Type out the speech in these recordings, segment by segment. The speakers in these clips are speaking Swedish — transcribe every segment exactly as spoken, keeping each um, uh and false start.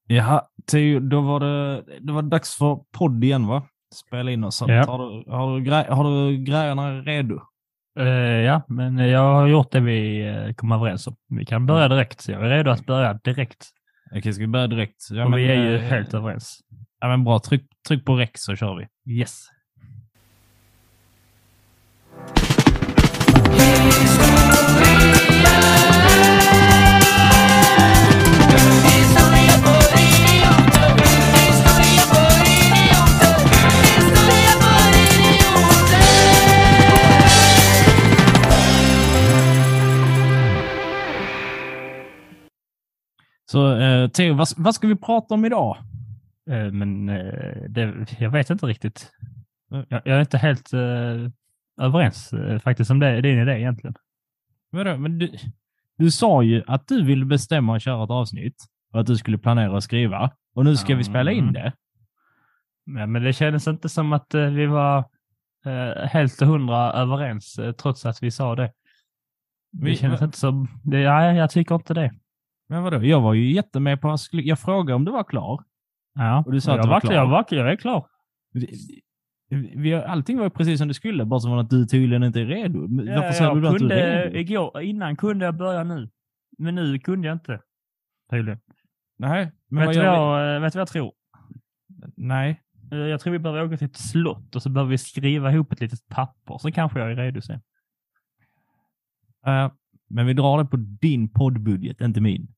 Jaha, Theo, då var det, det var dags för podd igen, va? Spela in oss. Ja. Har, du, har, du grej, har du grejerna redo? Uh, ja, men jag har gjort det vi uh, kom överens om. Vi kan börja direkt, så jag är redo att börja direkt. Okej, ska vi börja direkt? Ja, Och men, vi är ju eh, helt överens. Ja, men bra. Tryck, tryck på rec så kör vi. Yes. Så eh, Theo, vad, vad ska vi prata om idag? Uh, men uh, det, jag vet inte riktigt. Jag, jag är inte helt uh, överens uh, faktiskt om det. Det är din idé egentligen. Vadå? Men du, du sa ju att du ville bestämma och köra ett avsnitt och att du skulle planera och skriva. Och nu ska mm. vi spela in det. Ja, men det kändes inte som att uh, vi var uh, helt och hundra överens uh, trots att vi sa det. Det vi, kändes inte som... Det, nej, jag tycker inte det. Men vadå? Jag var ju jättemed på... Jag frågade om du var klar. Ja, och du sa jag att du var, var klar. Jag, var, jag är klar. Vi, vi, allting var ju precis som det skulle, bara som att du tydligen inte är redo. Ja, Varför jag du kunde, att du är redo? Igår, innan kunde jag börja nu. Men nu kunde jag inte. Tydligen. Nej. Men vet, vad du vad jag, jag, vet du vad jag tror? Nej. Jag tror vi behöver åka till ett slott och så behöver vi skriva ihop ett litet papper. Så kanske jag är redo sen. Uh, men vi drar det på din poddbudget, inte min.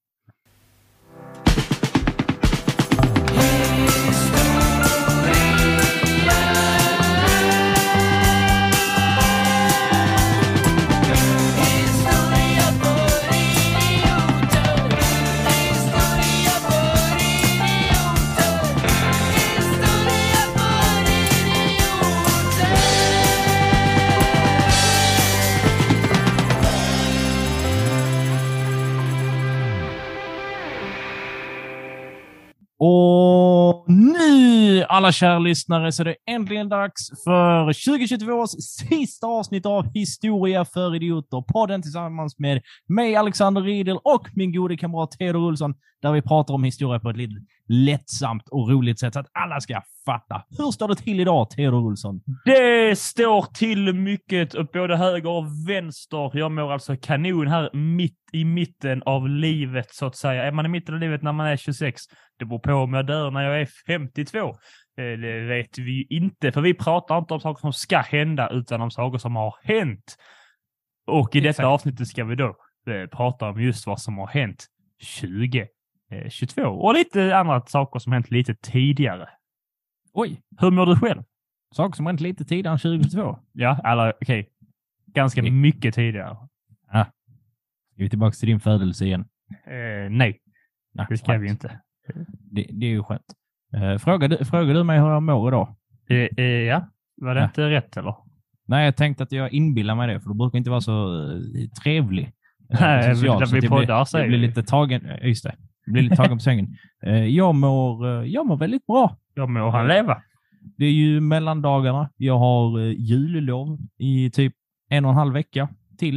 Och nu, alla kära lyssnare, så är det äntligen dags för tjugo tjugotvås sista avsnitt av Historia för idioter. Podden tillsammans med mig, Alexander Riedel, och min gode kamrat Theodor Olsson, där vi pratar om historia på ett lite lättsamt och roligt sätt så att alla ska fatta. Hur står det till idag, Theodor Olsson? Det står till mycket upp både höger och vänster. Jag mår alltså kanon här mitt i mitten av livet, så att säga. Är man i mitten av livet när man är tjugosex? Det beror på om jag dör när jag är femtiotvå. Det vet vi inte, för vi pratar inte om saker som ska hända utan om saker som har hänt. Och i Exakt. Detta avsnittet ska vi då prata om just vad som har hänt tjugo tjugotvå. Och lite andra saker som hänt lite tidigare. Oj, hur mår du själv? Saker som hänt lite tidigare än tjugo tjugotvå? Ja, eller okej. Okay. Ganska okay. mycket tidigare. Ja. Är vi tillbaka till din födelse igen? Eh, nej, nej, det ska vi inte. Det, det är ju skönt. Uh, frågar, du, frågar du mig hur jag mår idag? Uh, uh, ja, var det ja. inte rätt eller? Nej, jag tänkte att jag inbillar mig det, för då brukar inte vara så uh, trevlig. Nej, uh, socialt, vi poddar så jag blir lite tagen, just det. Jag blir lite tagen på sängen. Uh, jag, mår, uh, jag mår väldigt bra. Jag mår han leva. Det är ju mellandagarna. Jag har uh, jullov i typ en och en halv vecka till.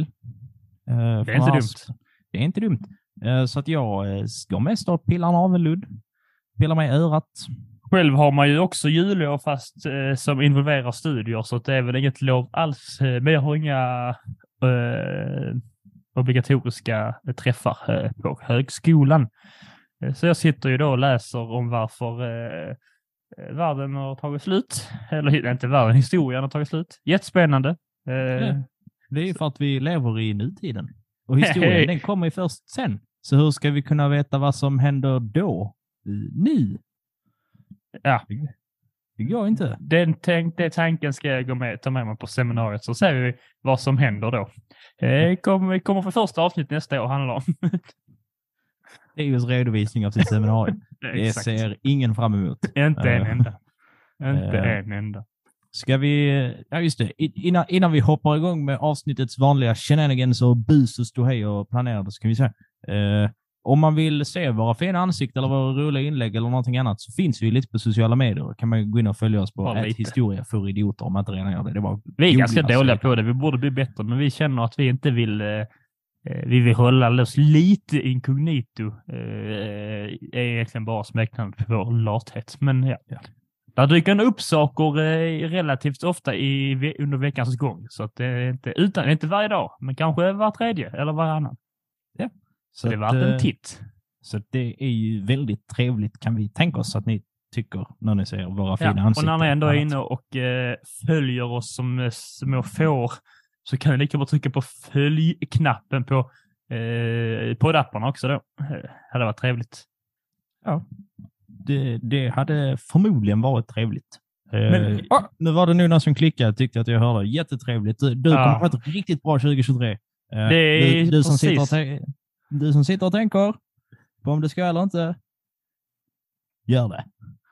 Uh, det är inte hans... dumt. Det är inte dumt. Så att jag ska mest ha pillarna av en ludd. Pillar mig i örat. Själv har man ju också jullov fast eh, som involverar studier, så att det är väl inget lov alls. Men jag har inga eh, obligatoriska träffar eh, på högskolan. Så jag sitter ju då och läser om varför eh, världen har tagit slut. Eller inte världen, historien har tagit slut. Jättespännande. Eh, ja. Det är ju för att vi lever i nutiden. Och historien, den kommer ju först sen. Så hur ska vi kunna veta vad som händer då? Nu? Ja. Det går inte. Den tänk, det tanken ska jag gå med, ta med mig på seminariet, så ser vi vad som händer då. Det kommer, kommer för första avsnitt nästa år handla om. Det är just redovisning av sitt seminarium. Det ser ingen fram emot. Inte en enda. Inte uh, en enda. Ska vi... Ja, just det. Innan, innan vi hoppar igång med avsnittets vanliga shenanigans och bus och ståhej och planerade, så kan vi säga... Uh, om man vill se våra fina ansikten eller våra roliga inlägg eller någonting annat, så finns vi lite på sociala medier. Kan man gå in och följa oss på ett historia för idioter om man inte redan gör det. Det var vi är ganska dåliga på det. Vi borde bli bättre, men vi känner att vi inte vill... Uh, eh, vi vill hålla oss lite inkognito. Eh, är egentligen bara smeknande på vår lathet. Men ja. ja. Där dyker upp saker eh, relativt ofta i, under veckans gång. Så att det är inte, utan, inte varje dag, men kanske var tredje eller varannan. Ja. Så, så det var en titt. Så det är ju väldigt trevligt, kan vi tänka oss att ni tycker när ni ser våra fina ja, ansikten. Och när ni ändå är inne och eh, följer oss som små får, så kan ni lika bra trycka på följ-knappen på eh, poddappen också då. Det hade varit trevligt. Ja, det, det hade förmodligen varit trevligt. Men, eh, oh, nu var det nu någon som klickade, tyckte att jag hörde jättetrevligt. Du, du ja. kommer ha ett riktigt bra tjugo tjugotre. Eh, det är du, du, som sitter och te- du som sitter och tänker på om det ska eller inte, gör det.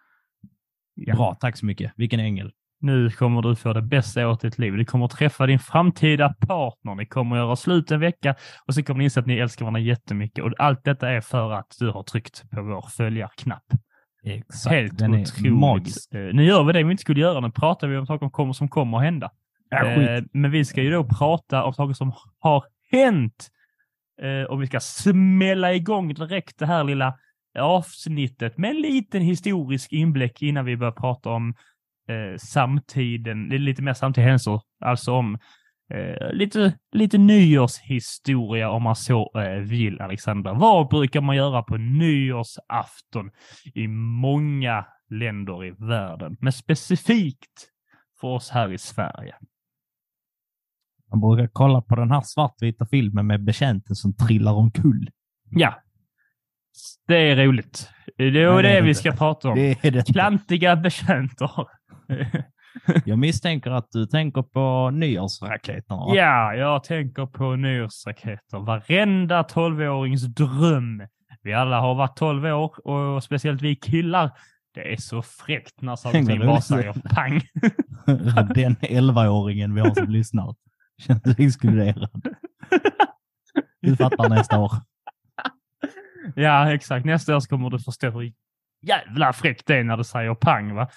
Ja. Bra, tack så mycket. Vilken ängel. Nu kommer du få det bästa åt ditt liv. Du kommer träffa din framtida partner. Ni kommer göra slut en vecka och så kommer ni inse att ni älskar varandra jättemycket. Och allt detta är för att du har tryckt på vår följarknapp. Exakt. Helt Den otroligt. Magisk. Uh, nu gör vi det vi inte skulle göra. Nu pratar vi om saker som kommer, som kommer att hända. Ja, uh, men vi ska ju då prata om saker som har hänt. Uh, och vi ska smälla igång direkt det här lilla avsnittet med en liten historisk inblick innan vi börjar prata om eh, samtiden, lite mer samtida händelser, alltså om eh, lite, lite nyårshistoria om man så eh, vill, Alexandra. Vad brukar man göra på nyårsafton i många länder i världen, men specifikt för oss här i Sverige? Man brukar kolla på den här svartvita filmen med betjänten som trillar omkull. Ja. Det är roligt. Det är Nej, det, det vi ska prata om. Det är det. Klantiga betjänter. Jag misstänker att du tänker på nyårsraketerna. Va? Ja, jag tänker på nyårsraketer. Varenda tolvårings dröm. Vi alla har varit tolv år och speciellt vi killar. Det är så fräckt när saker bara säger pang. Den elvaåringen vi har som lyssnar känns exkluderad. Du fattar nästa år. Ja, exakt. Nästa år kommer du förstå hur jävla fräckt det är när du säger pang, va?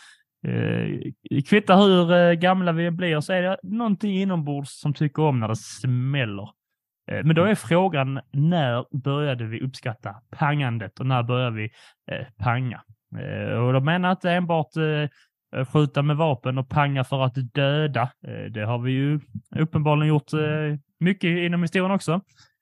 Eh, kvittar hur eh, gamla vi blir så är det någonting inombords som tycker om när det smäller. Eh, men då är frågan, när började vi uppskatta pangandet och när började vi eh, panga? Eh, och de menar att det är enbart eh, skjuta med vapen och panga för att döda. Eh, det har vi ju uppenbarligen gjort eh, mycket inom historien också.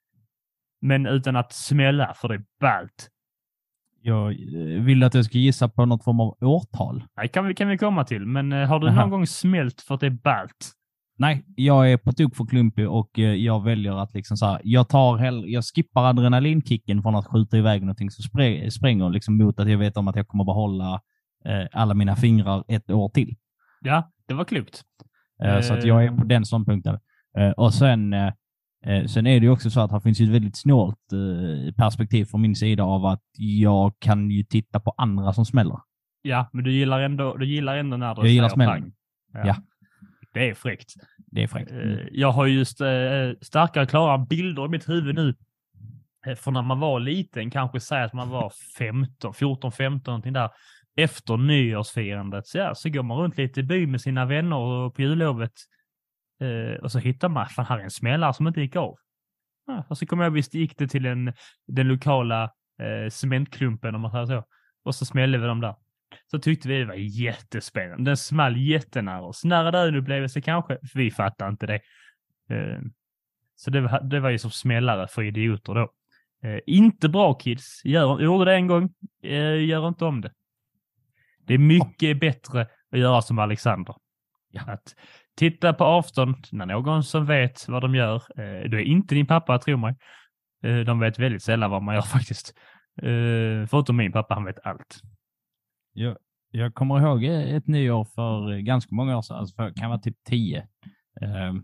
Men utan att smälla, för det är ballt. Jag vill att jag ska gissa på något form av årtal. Nej, kan vi, kan vi komma till. Men har du Aha. någon gång smält för att det är ballt? Nej, jag är på tok för klumpig och jag väljer att liksom så här, jag tar hell, jag skippar adrenalinkicken från att skjuta iväg någonting som spr- spränger liksom mot att jag vet om att jag kommer behålla eh, alla mina fingrar ett år till. Ja, det var klokt. Eh, så att jag är på den ståndpunkten. Eh, och sen eh, Sen är det ju också så att det finns ju ett väldigt snålt eh, perspektiv från min sida av att jag kan ju titta på andra som smäller. Ja, men du gillar ändå, du gillar ändå när du jag gillar smällen. Ja. ja. Det är fräckt. Det är fräckt. Mm. Jag har just eh, starka klara bilder i mitt huvud nu. För när man var liten, kanske säga att man var femton, fjorton, femton någonting där. Efter nyårsfirandet så, ja, så går man runt lite i by med sina vänner och på jullovet. Uh, och så hittar man, fan, här är en smällare som inte gick av. Ja, och så kommer jag visst, gick det till en, den lokala uh, cementklumpen om man säger så. Och så smällde vi dem där. Så tyckte vi det var jättespännande. Den small jättenära oss. Nära döden upplevelse kanske. Vi fattar inte det. Uh, så det var, det var ju som smällare för idioter då. Uh, inte bra, kids. Gör, gjorde det en gång. Uh, gör inte om det. Det är mycket bättre att göra som Alexander. Ja. Att titta på avstånd när någon som vet vad de gör. Eh, du är inte din pappa, tror mig. Eh, de vet väldigt sällan vad man gör faktiskt. Eh, förutom min pappa, han vet allt. Jag, jag kommer ihåg ett nyår för ganska många år sedan. Alltså för, kan vara typ tio. Eh,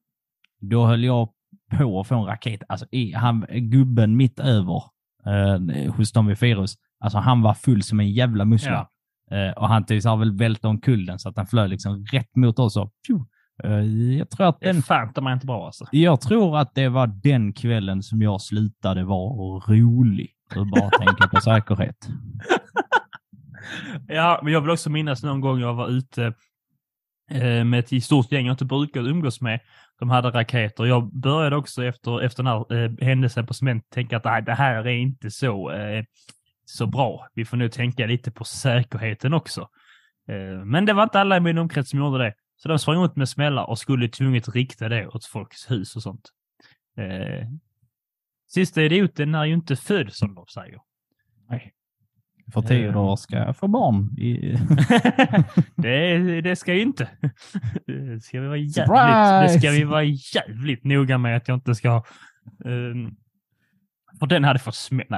då höll jag på att få en raket. Alltså i, han, gubben mitt över eh, hos dem vid Firus. Alltså han var full som en jävla mussla. Ja. Uh, och han tycks ha väl vält om kullen så att den flög liksom rätt mot oss. Och, uh, jag tror att den... Fan, de är inte bra alltså. Jag tror att det var den kvällen som jag slutade vara rolig. Och bara tänka på säkerhet. Ja, men jag vill också minnas någon gång jag var ute eh, med ett stort gäng jag inte brukar umgås med. De hade raketer. Jag började också efter, efter den här eh, händelsen på cement tänka att nej, det här är inte så, eh, så bra. Vi får nu tänka lite på säkerheten också. Eh, men det var inte alla i min omkrets som gjorde det. Så de sprang ut med smällar och skulle tvunget rikta det åt folks hus och sånt. Eh, sista idioten är ju inte född, som de säger. Nej. För Theodor ska få barn. I... det, det ska ju inte. Det ska vi vara jävligt, det ska vi vara jävligt noga med att jag inte ska... Um, för den hade fått smälla.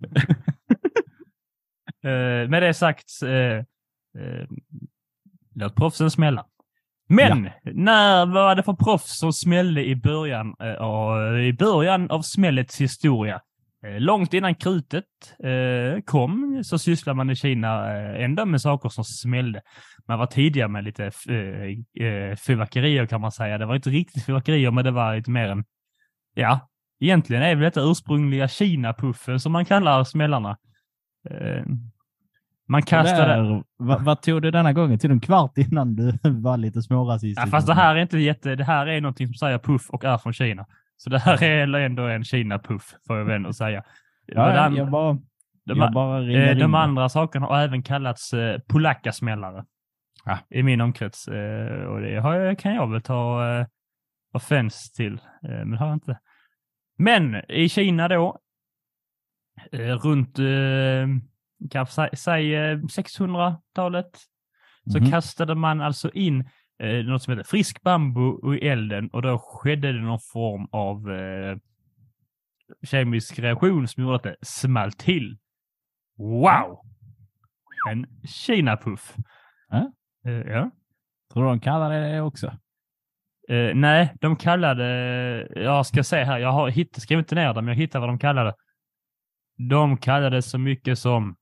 uh, med det sagt, uh, uh, låt proffsen smälla. Men, ja. När var det för proffs som smällde i början, uh, i början av smällets historia? Långt innan krutet eh, kom så sysslar man i Kina eh, ändå med saker som smällde. Man var tidigare med lite eh, fyrverkerier kan man säga. Det var inte riktigt fyrverkerier, men det var lite mer än... Ja, egentligen är det detta ursprungliga Kina-puffen som man kallar smällarna. Eh, man kastade... Vad, vad tog du denna gången? Till en kvart innan du var lite smårasistisk? Ja, fast det här är inte jätte... Det här är någonting som säger puff och är från Kina. Så det här är ändå en Kina-puff, får jag väl säga. Ja, den, jag bara, de, jag bara eh, de andra sakerna har även kallats eh, polackasmällare ja. I min omkrets. Eh, och det har jag, kan jag väl ta eh, offens till, eh, men har jag inte. Men i Kina då, eh, runt eh, kan jag säga eh, sexhundratalet, så mm-hmm. kastade man alltså in Eh, något som heter frisk bambu i elden och då skedde det någon form av eh, kemisk reaktion som gjorde att det small till. Wow! En Kina-puff. Äh? Eh, ja. Tror du de kallade det också? Eh, nej, de kallade... Jag ska se här, jag har hitt, skrivit inte ner dem, jag hittar vad de kallade. De kallade så mycket som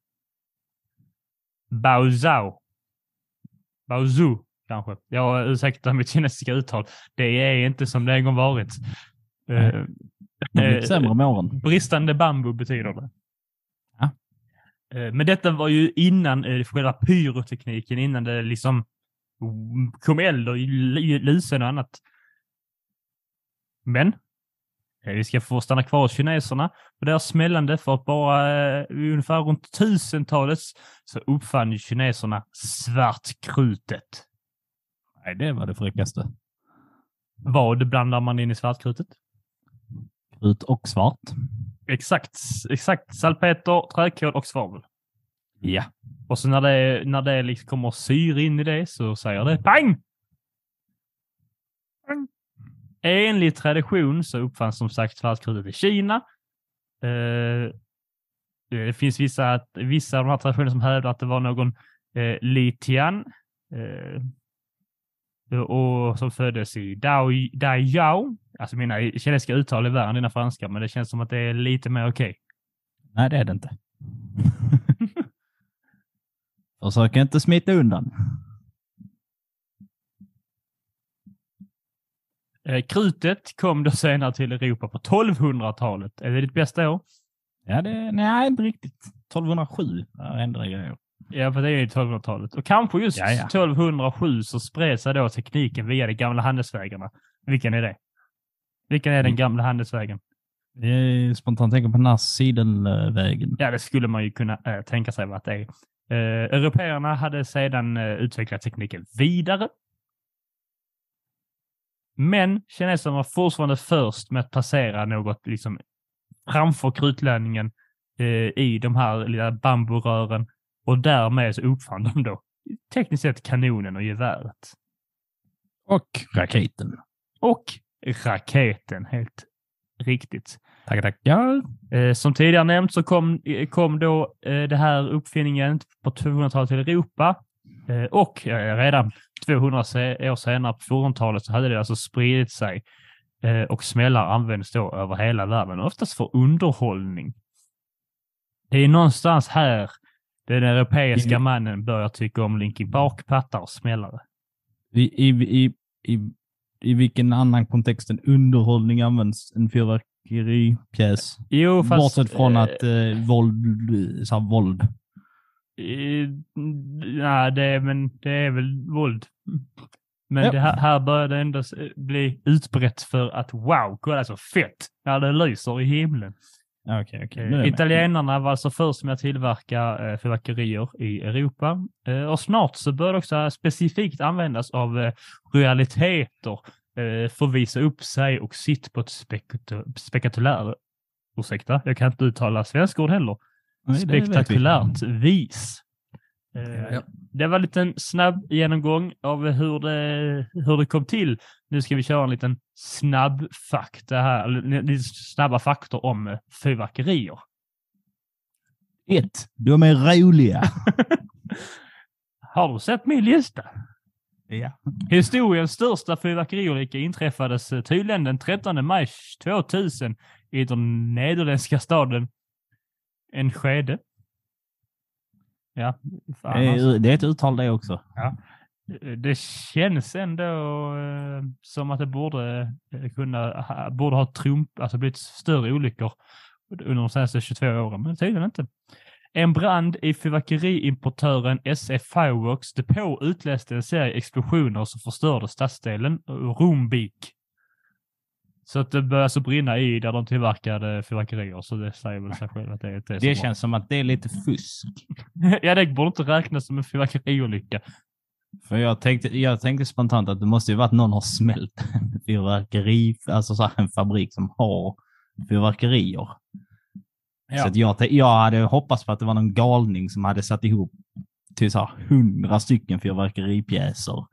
Baozao. Baozu. Kanske. Jag ursäktar mitt kinesiska uttal. Det är inte som det en gång varit. Uh, det sämre med åren. Bristande bambu betyder det. Ja. Uh, men detta var ju innan uh, själva pyrotekniken, innan det liksom kom eld och lysen och annat. Men uh, vi ska få stanna kvar hos kineserna. Och det är smällande för att bara uh, ungefär runt tusentalet så uppfann kineserna svartkrutet. Nej, det var det fräckaste. Vad blandar man in i svartkrutet? Krut och svart. Exakt, exakt. Salpeter, träkol och svavel. Ja. Och så när det, när det liksom kommer syre in i det så säger det pang! Pang! Enligt tradition så uppfanns som sagt svartkrutet i Kina. Uh, det finns vissa, vissa av de här traditionerna som hävdar att det var någon uh, Li Tian uh, och som föddes i Daiyao. Alltså mina kinesiska uttal är värre än dina franska, men det känns som att det är lite mer okej. Okay. Nej, det är det inte. Försök inte smita undan. Krutet kom då senare till Europa på tolvhundratalet. Är det ditt bästa år? Ja, det, nej, inte riktigt. tolvhundrasju hände det grejer. Ja, för det är ju tolvhundratalet. Och kanske just ja, ja. tolvhundrasju så spred sig då tekniken via de gamla handelsvägarna. Vilken är det? Vilken är den gamla handelsvägen? Jag spontant tänker på den här sidenvägen. Ja, det skulle man ju kunna äh, tänka sig vad det är. Uh, Européerna hade sedan uh, utvecklat tekniken vidare. Men kineserna var fortfarande först med att passera något liksom framför krutladdningen uh, i de här lilla bamburören. Och därmed så uppfann de då tekniskt sett kanonen och geväret. Och raketen. Och raketen, helt riktigt. Tack, tack. Ja. Eh, som tidigare nämnt så kom, kom då eh, det här uppfinningen på tvåhundratalet till Europa. Eh, och eh, redan tvåhundra år senare på fjortonhundratalet så hade det alltså spridit sig. Eh, och smällar används då över hela världen. Oftast för underhållning. Det är någonstans här den europeiska mm. mannen börjar tycka om Linkin Park, pattar och smällare. I, i, i, i, I vilken annan kontext än underhållning används en fyrverkeripjäs? Jo, fast... Bortsett från äh, att äh, våld, så här, våld. Äh, nej, det är, men det är väl våld. Men Ja. det här, här börjar det ändå bli utbrett för att wow, kolla så fett när det lyser i himlen. Okej, okej. Eh, Italienarna var alltså först med att tillverka eh, fyrverkerier i Europa. Eh, och snart så bör det också specifikt användas av eh, royaliteter eh, för att visa upp sig och sitt på ett spektu- spektakulärt, ursäkta, jag kan inte uttala svenska ord heller, Nej, det vet vi. spektakulärt vis. Eh, Ja, ja. Det var en liten snabb genomgång av hur det, hur det kom till. Nu ska vi köra en liten snabb fakta här, eller lite snabba faktor om eh, fyrverkerier. Ett, de är roliga. Har du sett min lista? Ja. Historiens största fyrverkeriolycka inträffades tydligen den trettonde maj tvåtusen i den nederländska staden Enschede. Ja, fan Det alltså. är, det är ett uttal det också. Ja. Det känns ändå eh, som att det borde eh, kunna ha, borde ha trump, alltså blivit större olyckor under de senaste tjugotvå åren, men tydligen inte. En brand i fyrverkeriimportören S F Fireworks depå utlöste en serie explosioner som förstörde stadsdelen Rumbik. Så att det började så brinna i där de tillverkade fyrverkerier, så det säger väl sig själv att det inte är så Det bra. känns som att det är lite fusk. Ja, det borde inte räknas som en fyrverkeriolycka. För jag tänkte, jag tänkte spontant att det måste ju varit någon har smält en fyrverkeri, alltså så här en fabrik som har fyrverkerier. Ja. Så att jag, jag hade hoppats på att det var någon galning som hade satt ihop till så här hundra stycken fyrverkeripjäser.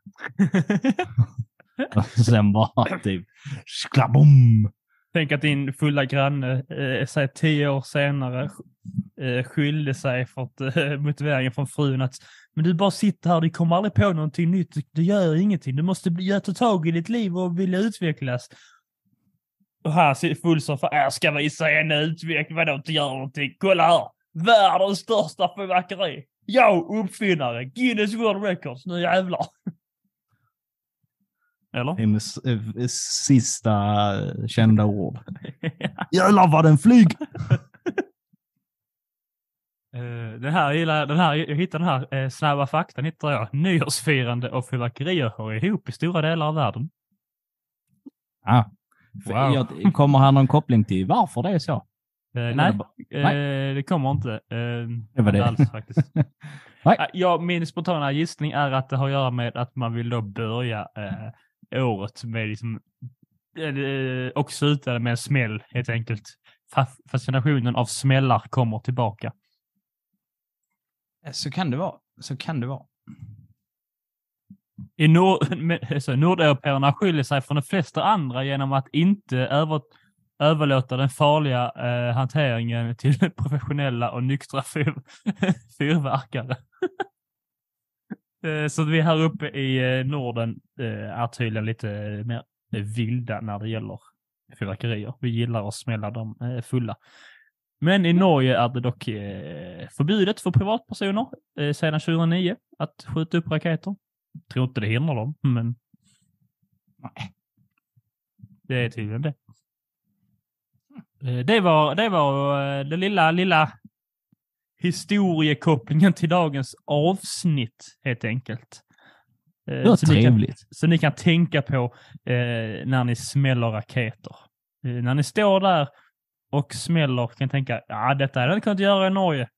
Och sen bara typ sklabom. Tänk att din fulla granne, eh, säg tio år senare, eh, skyllde sig för att, eh, motiveringen från frun att men du bara sitter här, du kommer aldrig på någonting nytt, du gör ingenting, du måste bli, göra tag i ditt liv och vilja utvecklas. Och här ser full som för jag ska visa en utveckling, vadå inte gör någonting, kolla här, världens största fyrverkeri, jag uppfinnare, Guinness World Records, nu jävlar. Eller? Det är med s- eh, sista kända ord. Jävlar vad den flyg! Uh, den här, gillar, den här, jag hittade den här uh, snabba faktan hittar jag. Nyårsfirande och fyrverkerier hör ihop i stora delar av världen. Ah, Wow. jag, kommer här någon koppling till varför det är så? Uh, Eller nej, det bara- uh, nej. det kommer inte. Uh, Det var det. Alls, faktiskt. Nej. Uh, ja, min spontana gissning är att det har att göra med att man vill då börja uh, året med liksom, uh, och sluta med en smäll helt enkelt. Fa- fascinationen av smällar kommer tillbaka. Så kan det vara. Så kan det vara. I nord, med, så nordeuropeerna skiljer sig från de flesta andra genom att inte över, överlåta den farliga eh, hanteringen till professionella och nyktra fyr, fyrverkare. eh, så vi här uppe i eh, Norden eh, är tydligen lite mer eh, vilda när det gäller fyrverkerier. Vi gillar att smälla dem eh, fulla. Men i Norge är det dock eh, förbjudet för privatpersoner eh, sedan tjugohundranio att skjuta upp raketer. Jag tror inte det hindrar dem, men nej. Det är tydligen det. Eh, det var, det var eh, den lilla, lilla historiekopplingen till dagens avsnitt, helt enkelt. Eh, Det var så, ni kan, trevligt. så ni kan tänka på eh, när ni smäller raketer. Eh, när ni står där och smäller kan tänka, ja detta hade jag kunnat göra i Norge.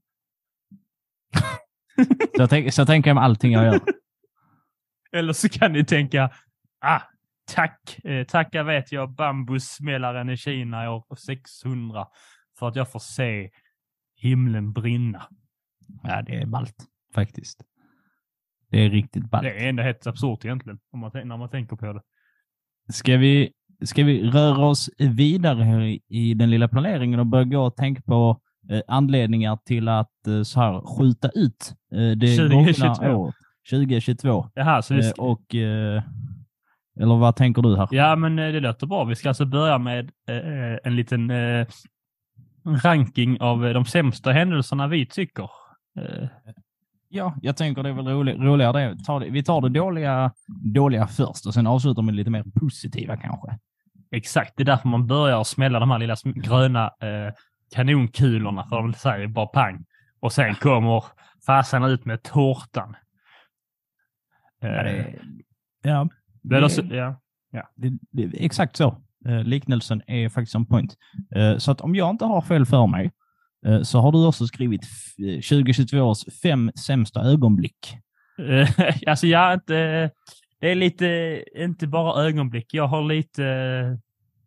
Så, jag tänk, så tänker jag med allting jag gör. Eller så kan ni tänka, ah, tack, eh, tacka vet jag bambussmällaren i Kina i år sexhundra för att jag får se himlen brinna. Ja, det är ballt faktiskt. Det är riktigt ballt. Det är ändå helt absurt egentligen, om man, när man tänker på det. Ska vi, ska vi röra oss vidare här i, i den lilla planeringen och börja gå och tänka på eh, anledningar till att eh, så här, skjuta ut eh, det gångna året tjugo tjugotvå? Jaha, så vi Eh, ska, och, eh, eller vad tänker du här? ja, men eh, det låter bra. Vi ska alltså börja med eh, en liten eh, ranking av eh, de sämsta händelserna vi tycker. Eh, Ja, jag tänker det är väl rolig, roligare det. Tar det. Vi tar det dåliga, dåliga först och sen avslutar med lite mer positiva kanske. Exakt, det är därför man börjar smälla de här lilla sm- gröna eh, kanonkulorna, för de säger bara pang. Och sen kommer fasen ut med tårtan. Eh, Ja, det, Ja, det, det, så, ja. Ja. Det, det, exakt så. Uh, liknelsen är faktiskt en point. Uh, så att om jag inte har fel för mig uh, så har du också skrivit f- tjugohundratjugotvå års fem sämsta ögonblick. Uh, alltså jag inte... Det är lite, inte bara ögonblick. Jag har lite uh,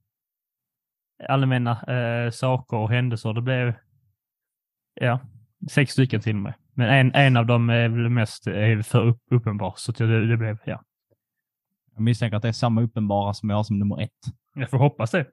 allmänna uh, saker och händelser. Det blev ja, sex stycken till mig. Men en, en av dem är väl mest är för upp, uppenbar. Så det, det blev, ja. Jag misstänker att det är samma uppenbara som jag har som nummer ett. Jag får hoppas det.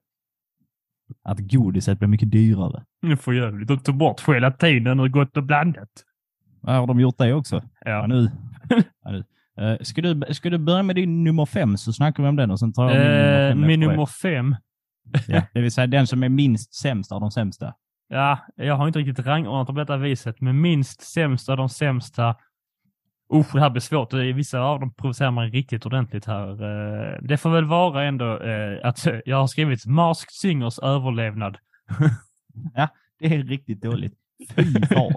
Att godiset blir mycket dyrare. Nu får jag de tog bort gelatinen och gått och blandat. Ja, har de gjort det också? Ja. Ja, nu. Ja, nu. Uh, ska, du, ska du börja med din nummer fem så snackar vi om den och sen tar jag min nummer fem. Uh, min nummer fem. Ja, det vill säga den som är minst sämst av de sämsta. Ja, jag har inte riktigt rangordnat på detta viset, men minst sämsta av de sämsta. Usch, det här blir svårt. Vissa av dem provocerar man riktigt ordentligt här. Det får väl vara ändå att jag har skrivit Masked Singers överlevnad. Ja, det är riktigt dåligt. Fy fan.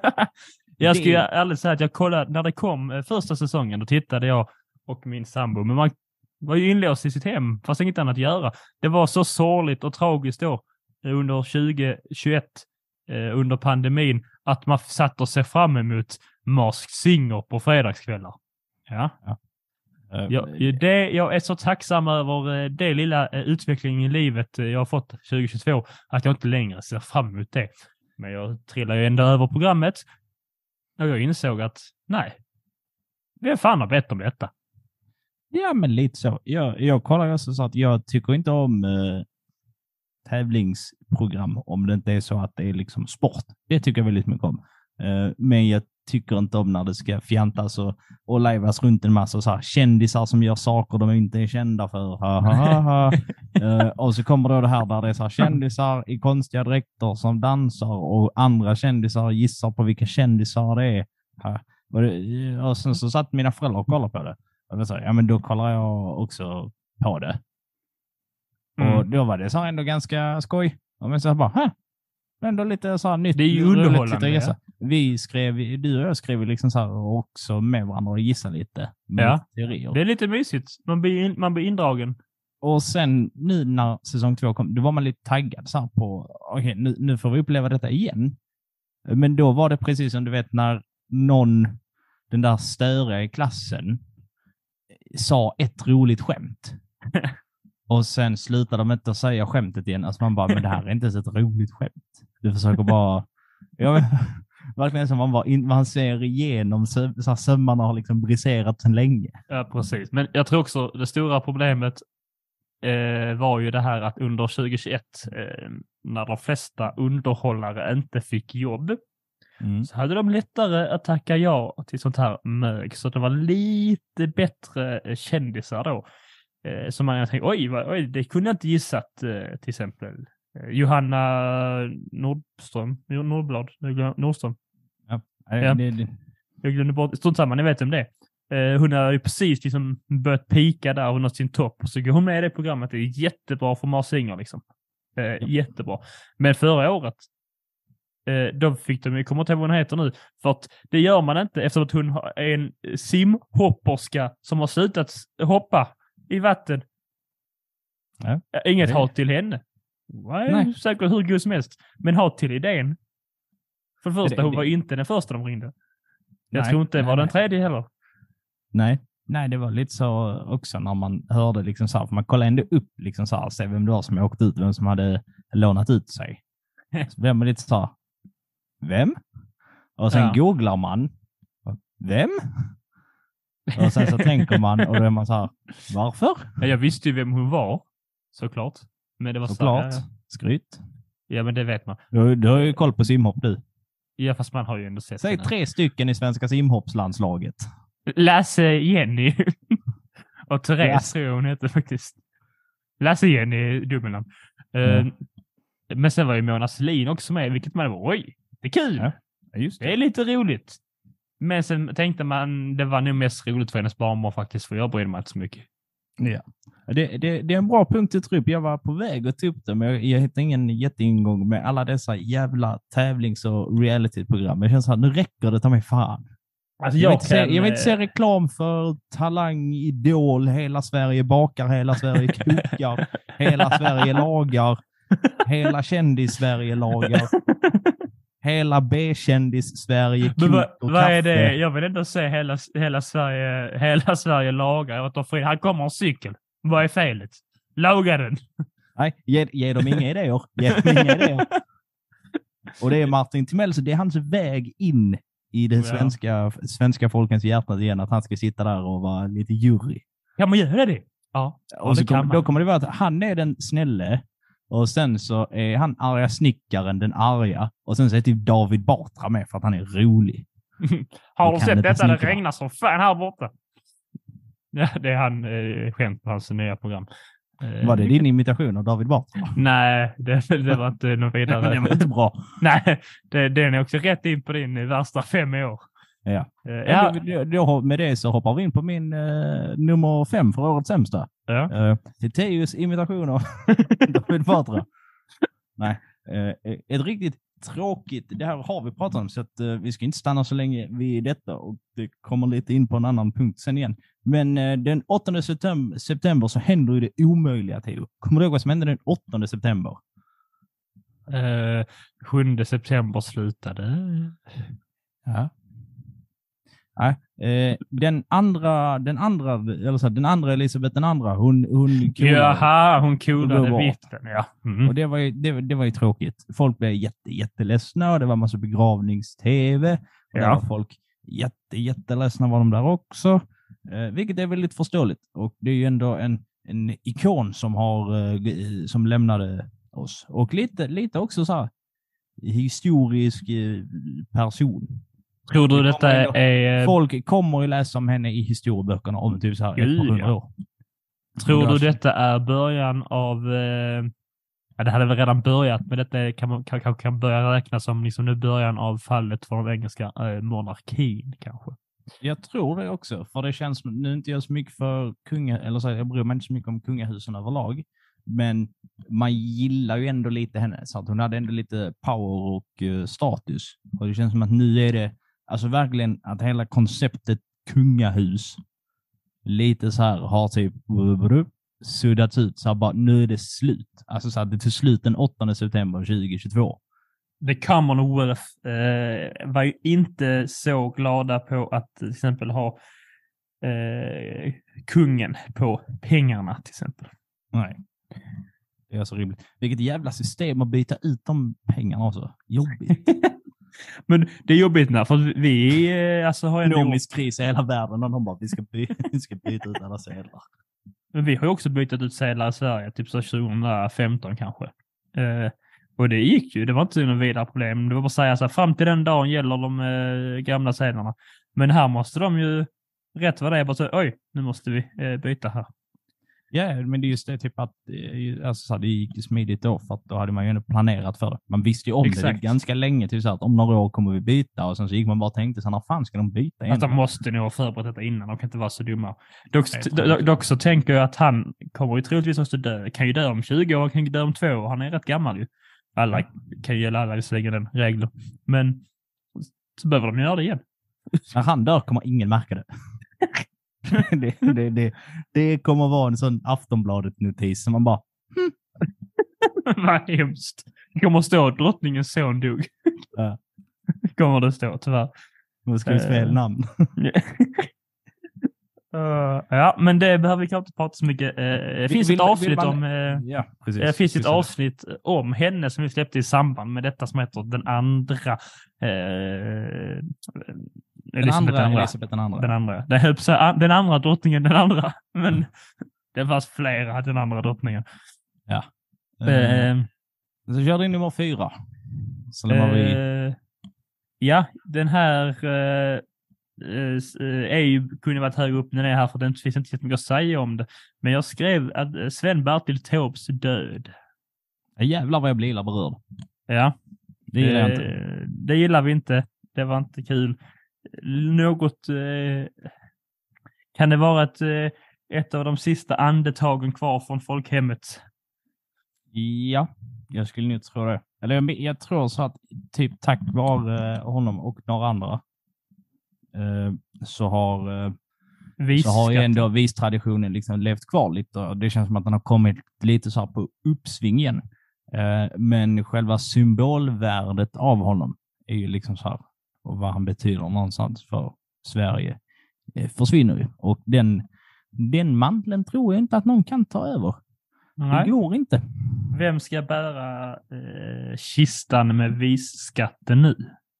Jag ska ju ärligt säga att jag kollade, när det kom första säsongen, då tittade jag och min sambo. Men man var ju inlåst i sitt hem, fast inget annat att göra. Det var så sorgligt och tragiskt då under tjugo tjugoett, eh, under pandemin, att man satt och ser fram emot Masked Singer på fredagskvällar. Ja. ja. Uh, jag, det, jag är så tacksam över det lilla eh, utvecklingen i livet jag har fått tjugohundratjugotvå, att jag inte längre ser fram emot det. Men jag trillar ju ändå över programmet och jag insåg att nej, vem fan har bett om detta? Ja, men lite så. Jag, jag kollar också så att jag tycker inte om eh, tävlingsprogram om det inte är så att det är liksom sport. Det tycker jag väldigt mycket om. Eh, men jag tycker inte om när det ska fjantas och, och lajvas runt en massa så här kändisar som gör saker de inte är kända för. Ha, ha, ha, ha. eh, och så kommer då det här där det är så här kändisar i konstiga dräkter som dansar och andra kändisar gissar på vilka kändisar det är. Ha. Och, det, och sen så satt mina föräldrar och kollade på det. Och då sa ja men då kollar jag också på det. Mm. Och då var det så ändå ganska skoj. Och men så bara, hä? Ändå lite så här nytt. Det är ju underhållande. Ja. Vi skrev, du och jag skrev liksom så här också med varandra och gissa lite. Ja, teorier. Det är lite mysigt. Man blir, in, man blir indragen. Och sen nu när säsong två kom, då var man lite taggad så här på, okej okay, nu, nu får vi uppleva detta igen. Men då var det precis som du vet när någon, den där störiga i klassen sa ett roligt skämt. Och sen slutar de inte att säga skämtet igen. Alltså man bara, men det här är inte ens ett roligt skämt. Du försöker bara... Ja, men, verkligen som man bara in, man ser igenom så, så här, sömmarna har liksom briserat sedan länge. Ja, precis. Men jag tror också det stora problemet eh, var ju det här att under tjugohundratjugoett eh, när de flesta underhållare inte fick jobb mm. så hade de lättare att tacka ja till sånt här mög. Så det var lite bättre kändisar då. Så man tänkte, oj, oj, det kunde jag inte gissat eh, till exempel. Eh, Johanna Nordström, Nordblad, Nordström. Ja, ja. Det, det. Jag glömde bort, stort samma, ni vet om det. Eh, hon har ju precis liksom börjat pika där, hon har sin topp. Så går hon med i det programmet, det är jättebra för Masked Singer liksom. Eh, ja. Jättebra. Men förra året, eh, då fick de ju, kommer inte ihåg vad hon heter nu, för att det gör man inte eftersom att hon är en simhopperska som har slutat hoppa i vatten. Ja. Inget det... hat till henne. Nej, Nej. Säkert hur god som helst. Men hat till idén. För det första, det, hon det... var inte den första de ringde. Jag nej, tror inte det var nej, den tredje heller. Nej. Nej, det var lite så också när man hörde liksom så här, för man kollade ändå upp liksom så här, se vem det var som åkte ut, vem som hade lånat ut sig. Så blev man lite så här, vem? Och sen ja. googlar man, vem? Och sen så tänker man, och då är man så här, varför? Ja, jag visste ju vem hon var, såklart. Men det var såklart, så här, skryt. Ja, men det vet man. Du, du har ju koll på simhopp du. Ja, fast man har ju ändå sett Säg henne. Tre stycken i svenska simhoppslandslaget. Lasse, Jenny och Therese ja. tror jag hon heter faktiskt. Lasse, Jenny, dubbelnamn. Mm. Uh, men sen var ju Mona Sahlin också med, vilket man var, oj, det är kul. Ja, just det. Det är lite roligt. Men sen tänkte man, det var nog mest roligt för hennes barnbarn faktiskt, för jag brydde mig inte så mycket. Ja, det, det, det är en bra punkt att ta upp. Jag var på väg att ta upp det, men jag, jag hittade ingen jätteingång med alla dessa jävla tävlings- och reality-program. Jag känner så här, nu räcker det, ta mig fan. Alltså, Jag, jag, vill inte se, kan, jag vill inte se reklam för Talang, Idol, hela Sverige bakar, hela Sverige kokar, hela Sverige lagar, hela kändis-Sverige lagar, hela B-kändis-Sverige Men vad, kokar vad är kaffe. det? Jag vill ändå se hela, hela, Sverige, hela Sverige lagar. Jag tar fri. Här kommer en cykel. Vad är felet? Laga den. Nej, ge, ge dem inga idéer. Ge dem inga idéer. Och det är Martin Timell, så det är hans väg in i det Ja. svenska, svenska folkens hjärta igen, att han ska sitta där och vara lite jury. Ja, men gör det. Ja, ja Och så det kan kom, man. då kommer det vara att han är den snälle och sen så är han arga snickaren den arga och sen så är typ David Batra med för att han är rolig. Har Och du kan sett inte detta? Det snickra. regnar som fan här borta. Ja, det är han eh, skämt på hans nya program. Eh, Var det din imitation av David Batra? Nej, det, det var inte någon vidare. Det var inte bra. Nej, det, den är också rätt in på din eh, värsta fem år. Ja. Eh, Ja. ja, Då, då, med det så hoppar vi in på min eh, nummer fem för årets sämsta. ja. Uh, Teus imitation av David Batra. Nej, uh, ett riktigt tråkigt, det här har vi pratat om så att uh, vi ska inte stanna så länge vid detta och det kommer lite in på en annan punkt sen igen. Men uh, den åttonde september, september så händer ju det omöjliga, Theo. Kommer du ihåg vad som hände den åttonde september? Uh, sjunde september slutade. Ja. Nej, eh, den andra, den andra, eller så, den andra Elisabeth den andra, hon, hon coolade. Jaha, hon Det coolade var- vippen, ja. Mm. Och det var, ju, det, det var ju tråkigt. Folk blev jätte, jätteledsna och det var massa begravnings-tv. Och Ja. där var folk jätte, jätteledsna var de där också. Eh, vilket är väldigt förståeligt. Och det är ju ändå en, en ikon som har eh, g- som lämnade oss. Och lite, lite också så här historisk eh, person. Tror du Det detta kommer ändå- är... Folk kommer ju läsa om henne i historieböckerna om typ så här Gud, ett par hundra ja. år. Tror Men du det- detta är början av... Eh, ja, det hade väl redan börjat, men detta kan man kan, kan, kan börja räknas som liksom nu början av fallet för den engelska eh, monarkin, kanske. Jag tror det också, för det känns, nu är inte jag så mycket för kunga, eller så, jag bryr mig inte så mycket om kungahusen överlag, men man gillar ju ändå lite henne, så att hon hade ändå lite power och uh, status. Och det känns som att nu är det, alltså verkligen att hela konceptet kungahus lite så här har typ suddats ut, så här bara, nu är det slut. Alltså så att det till slut den åttonde september tjugohundratjugotvå. The Commonwealth eh, var ju inte så glada på att till exempel ha eh, kungen på pengarna till exempel. Nej. Det är så rimligt. Vilket jävla system att byta ut de pengarna också. Jobbigt. Men det är jobbigt när, för vi eh, alltså har ändå, Ekonomisk kris i hela världen och de bara, vi ska, by- vi ska byta ut alla sedlar. men vi har ju också bytt ut sedlar i Sverige, typ så tjugohundrafemton kanske. Eh, och det gick ju, det var inte något vidare problem. Det var bara att säga så här, fram till den dagen gäller de eh, gamla sedlarna. Men här måste de ju, rätt vad det är, bara så, oj, nu måste vi eh, byta här. Ja, men det är just det typ att eh, alltså, så här, det gick ju smidigt då, för att då hade man ju ändå planerat för det. Man visste ju om det, Exakt. det ganska länge, typ så att om några år kommer vi byta, och sen så gick man bara och tänkte så här, när fan ska de byta igen? Att de måste nog ha förberett detta innan, de kan inte vara så dumma. Dock, Nej, jag tror dock, dock så tänker jag att han kommer ju troligtvis måste dö. Kan ju dö om tjugo år, kan ju dö om två år. Han är rätt gammal ju. Alla kan ju gälla alla visserligen den regeln. Men så behöver de göra det igen. När han dör kommer ingen märka det. det, det, det. Det kommer vara en sån Aftonbladet-notis som man bara, Vad hemskt. Det kommer att stå att drottningens son dog. Ja. Kommer det stå, tyvärr. man skrivit fel Eh. namn. Uh, ja, men det behöver vi kanske inte prata så mycket. Uh, det finns Vill- ett vill avsnitt man- om... Uh, Ja, precis. det finns ett Precis. avsnitt om henne som vi släppte i samband med detta som heter Den andra... Uh, Den andra, Elisabeth den andra. Den andra. Det höll på att säga, den andra drottningen, den andra. Men det fanns flera, den andra drottningen. Ja. Uh, Så kör din nummer fyra. Så lämnar vi... uh, ja, den här... Uh, är ju, kunde varit högre upp när det är här, för det finns inte så mycket att säga om det. Men jag skrev att Sven-Bertil Taubes död. Ja, jävlar vad jag blir illa berörd. Ja. Det gillar jag Eh, inte. Det gillar vi inte. Det var inte kul. Något... Eh, kan det vara ett, eh, ett av de sista andetagen kvar från folkhemmet? Ja, jag skulle nog tro det. Eller jag, jag tror så att typ tack vare honom och några andra eh, så har, eh, Vis så har ju skatten. ändå vistraditionen liksom levt kvar lite. Och det känns som att den har kommit lite så här på uppsving igen. Eh, men själva symbolvärdet av honom är ju liksom så här, och vad han betyder någonstans för Sverige eh, försvinner ju. Och den, den manteln tror jag inte att någon kan ta över. Nej. Det går inte. Vem ska bära eh, kistan med visskatten nu?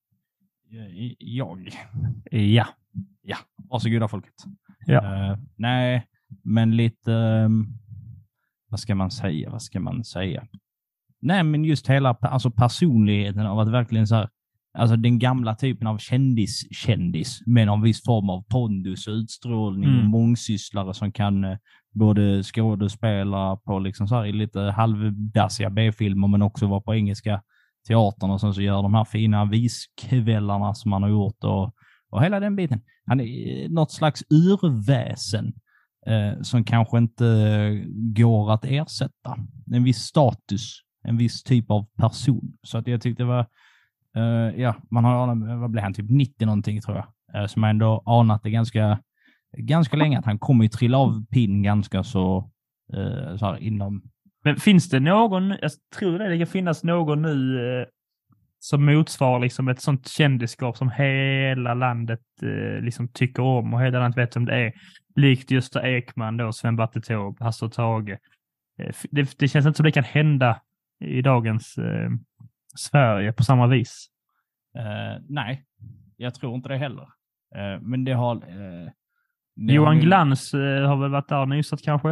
Jag. Ja. Ja, varsågoda folket. Ja. Uh, nej, men lite... Um, vad ska man säga? Vad ska man säga? Nej, men just hela alltså personligheten av att verkligen så här... Alltså den gamla typen av kändis-kändis med någon viss form av pondus och utstrålning Mm. och mångsysslare som kan uh, både skådespela på liksom så här, i lite halvdassiga B-filmer men också vara på engelska teatern och sen så gör de här fina viskvällarna som man har gjort och, och hela den biten. Han är något slags urväsen eh, som kanske inte går att ersätta. En viss status, en viss typ av person. Så att jag tyckte det var, eh, ja, man har, vad blev han, typ nittio någonting tror jag. Eh, som man ändå anat det ganska, ganska länge att han kommer ju trilla av pinn ganska så, eh, så här inom. Men finns det någon, jag tror det, det kan finnas någon nu eh, som motsvarar liksom ett sånt kändisskap som hela landet eh, liksom tycker om och hela landet vet om det är. Likt Gösta Ekman då, Sven-Bertil Taube, Hasse och Tage. Eh, det, det känns inte som det kan hända i dagens eh, Sverige på samma vis. Uh, nej, jag tror inte det heller. Uh, men det har... Uh, det Johan har Glans eh, har väl varit där nysat kanske?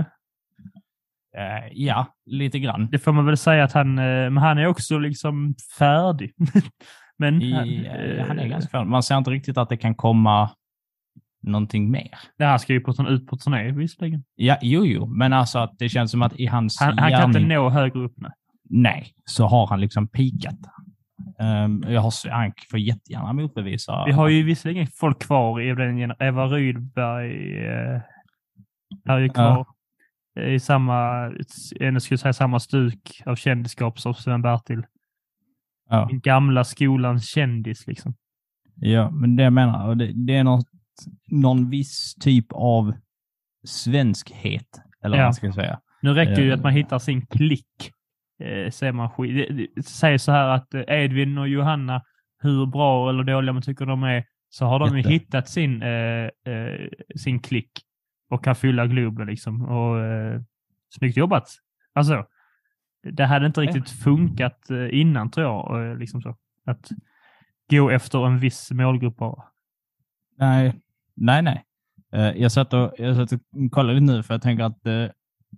Uh, ja, lite grann. Det får man väl säga att han, eh, men han är också liksom färdig. men I, han, uh, han är ganska färdig. Man ser inte riktigt att det kan komma någonting mer. Det här ska ju på sån ut på turné visserligen. Ja, jo, jo. Men alltså att det känns som att i hans Han, han kan gärning, inte nå högre upp nu. nej, så har han liksom pikat. Um, jag har, han får jättegärna motbevisa. Vi har ju visserligen folk kvar i den, Eva Rydberg eh, är ju kvar ja. i samma, jag skulle säga samma stuk av kändisskap som Sven-Bertil. Ja. Den gamla skolans kändis liksom. Ja, men det jag menar, det, det är något, någon viss typ av svenskhet, eller Ja. vad man ska säga. Nu räcker det ju Eh. att man hittar sin klick. Eh, säger man skit. Det, det, säger så här att eh, Edvin och Johanna, hur bra eller dåliga man tycker de är, så har de ju Jätte. hittat sin, eh, eh, sin klick och kan fylla Globen liksom. Och eh, snyggt jobbat. Alltså, det hade inte riktigt funkat eh, innan tror jag. Eh, liksom så. Att gå efter en viss målgrupp bara. Nej, nej, nej. Uh, jag satt och, jag satt och kollade lite nu för jag tänker att uh,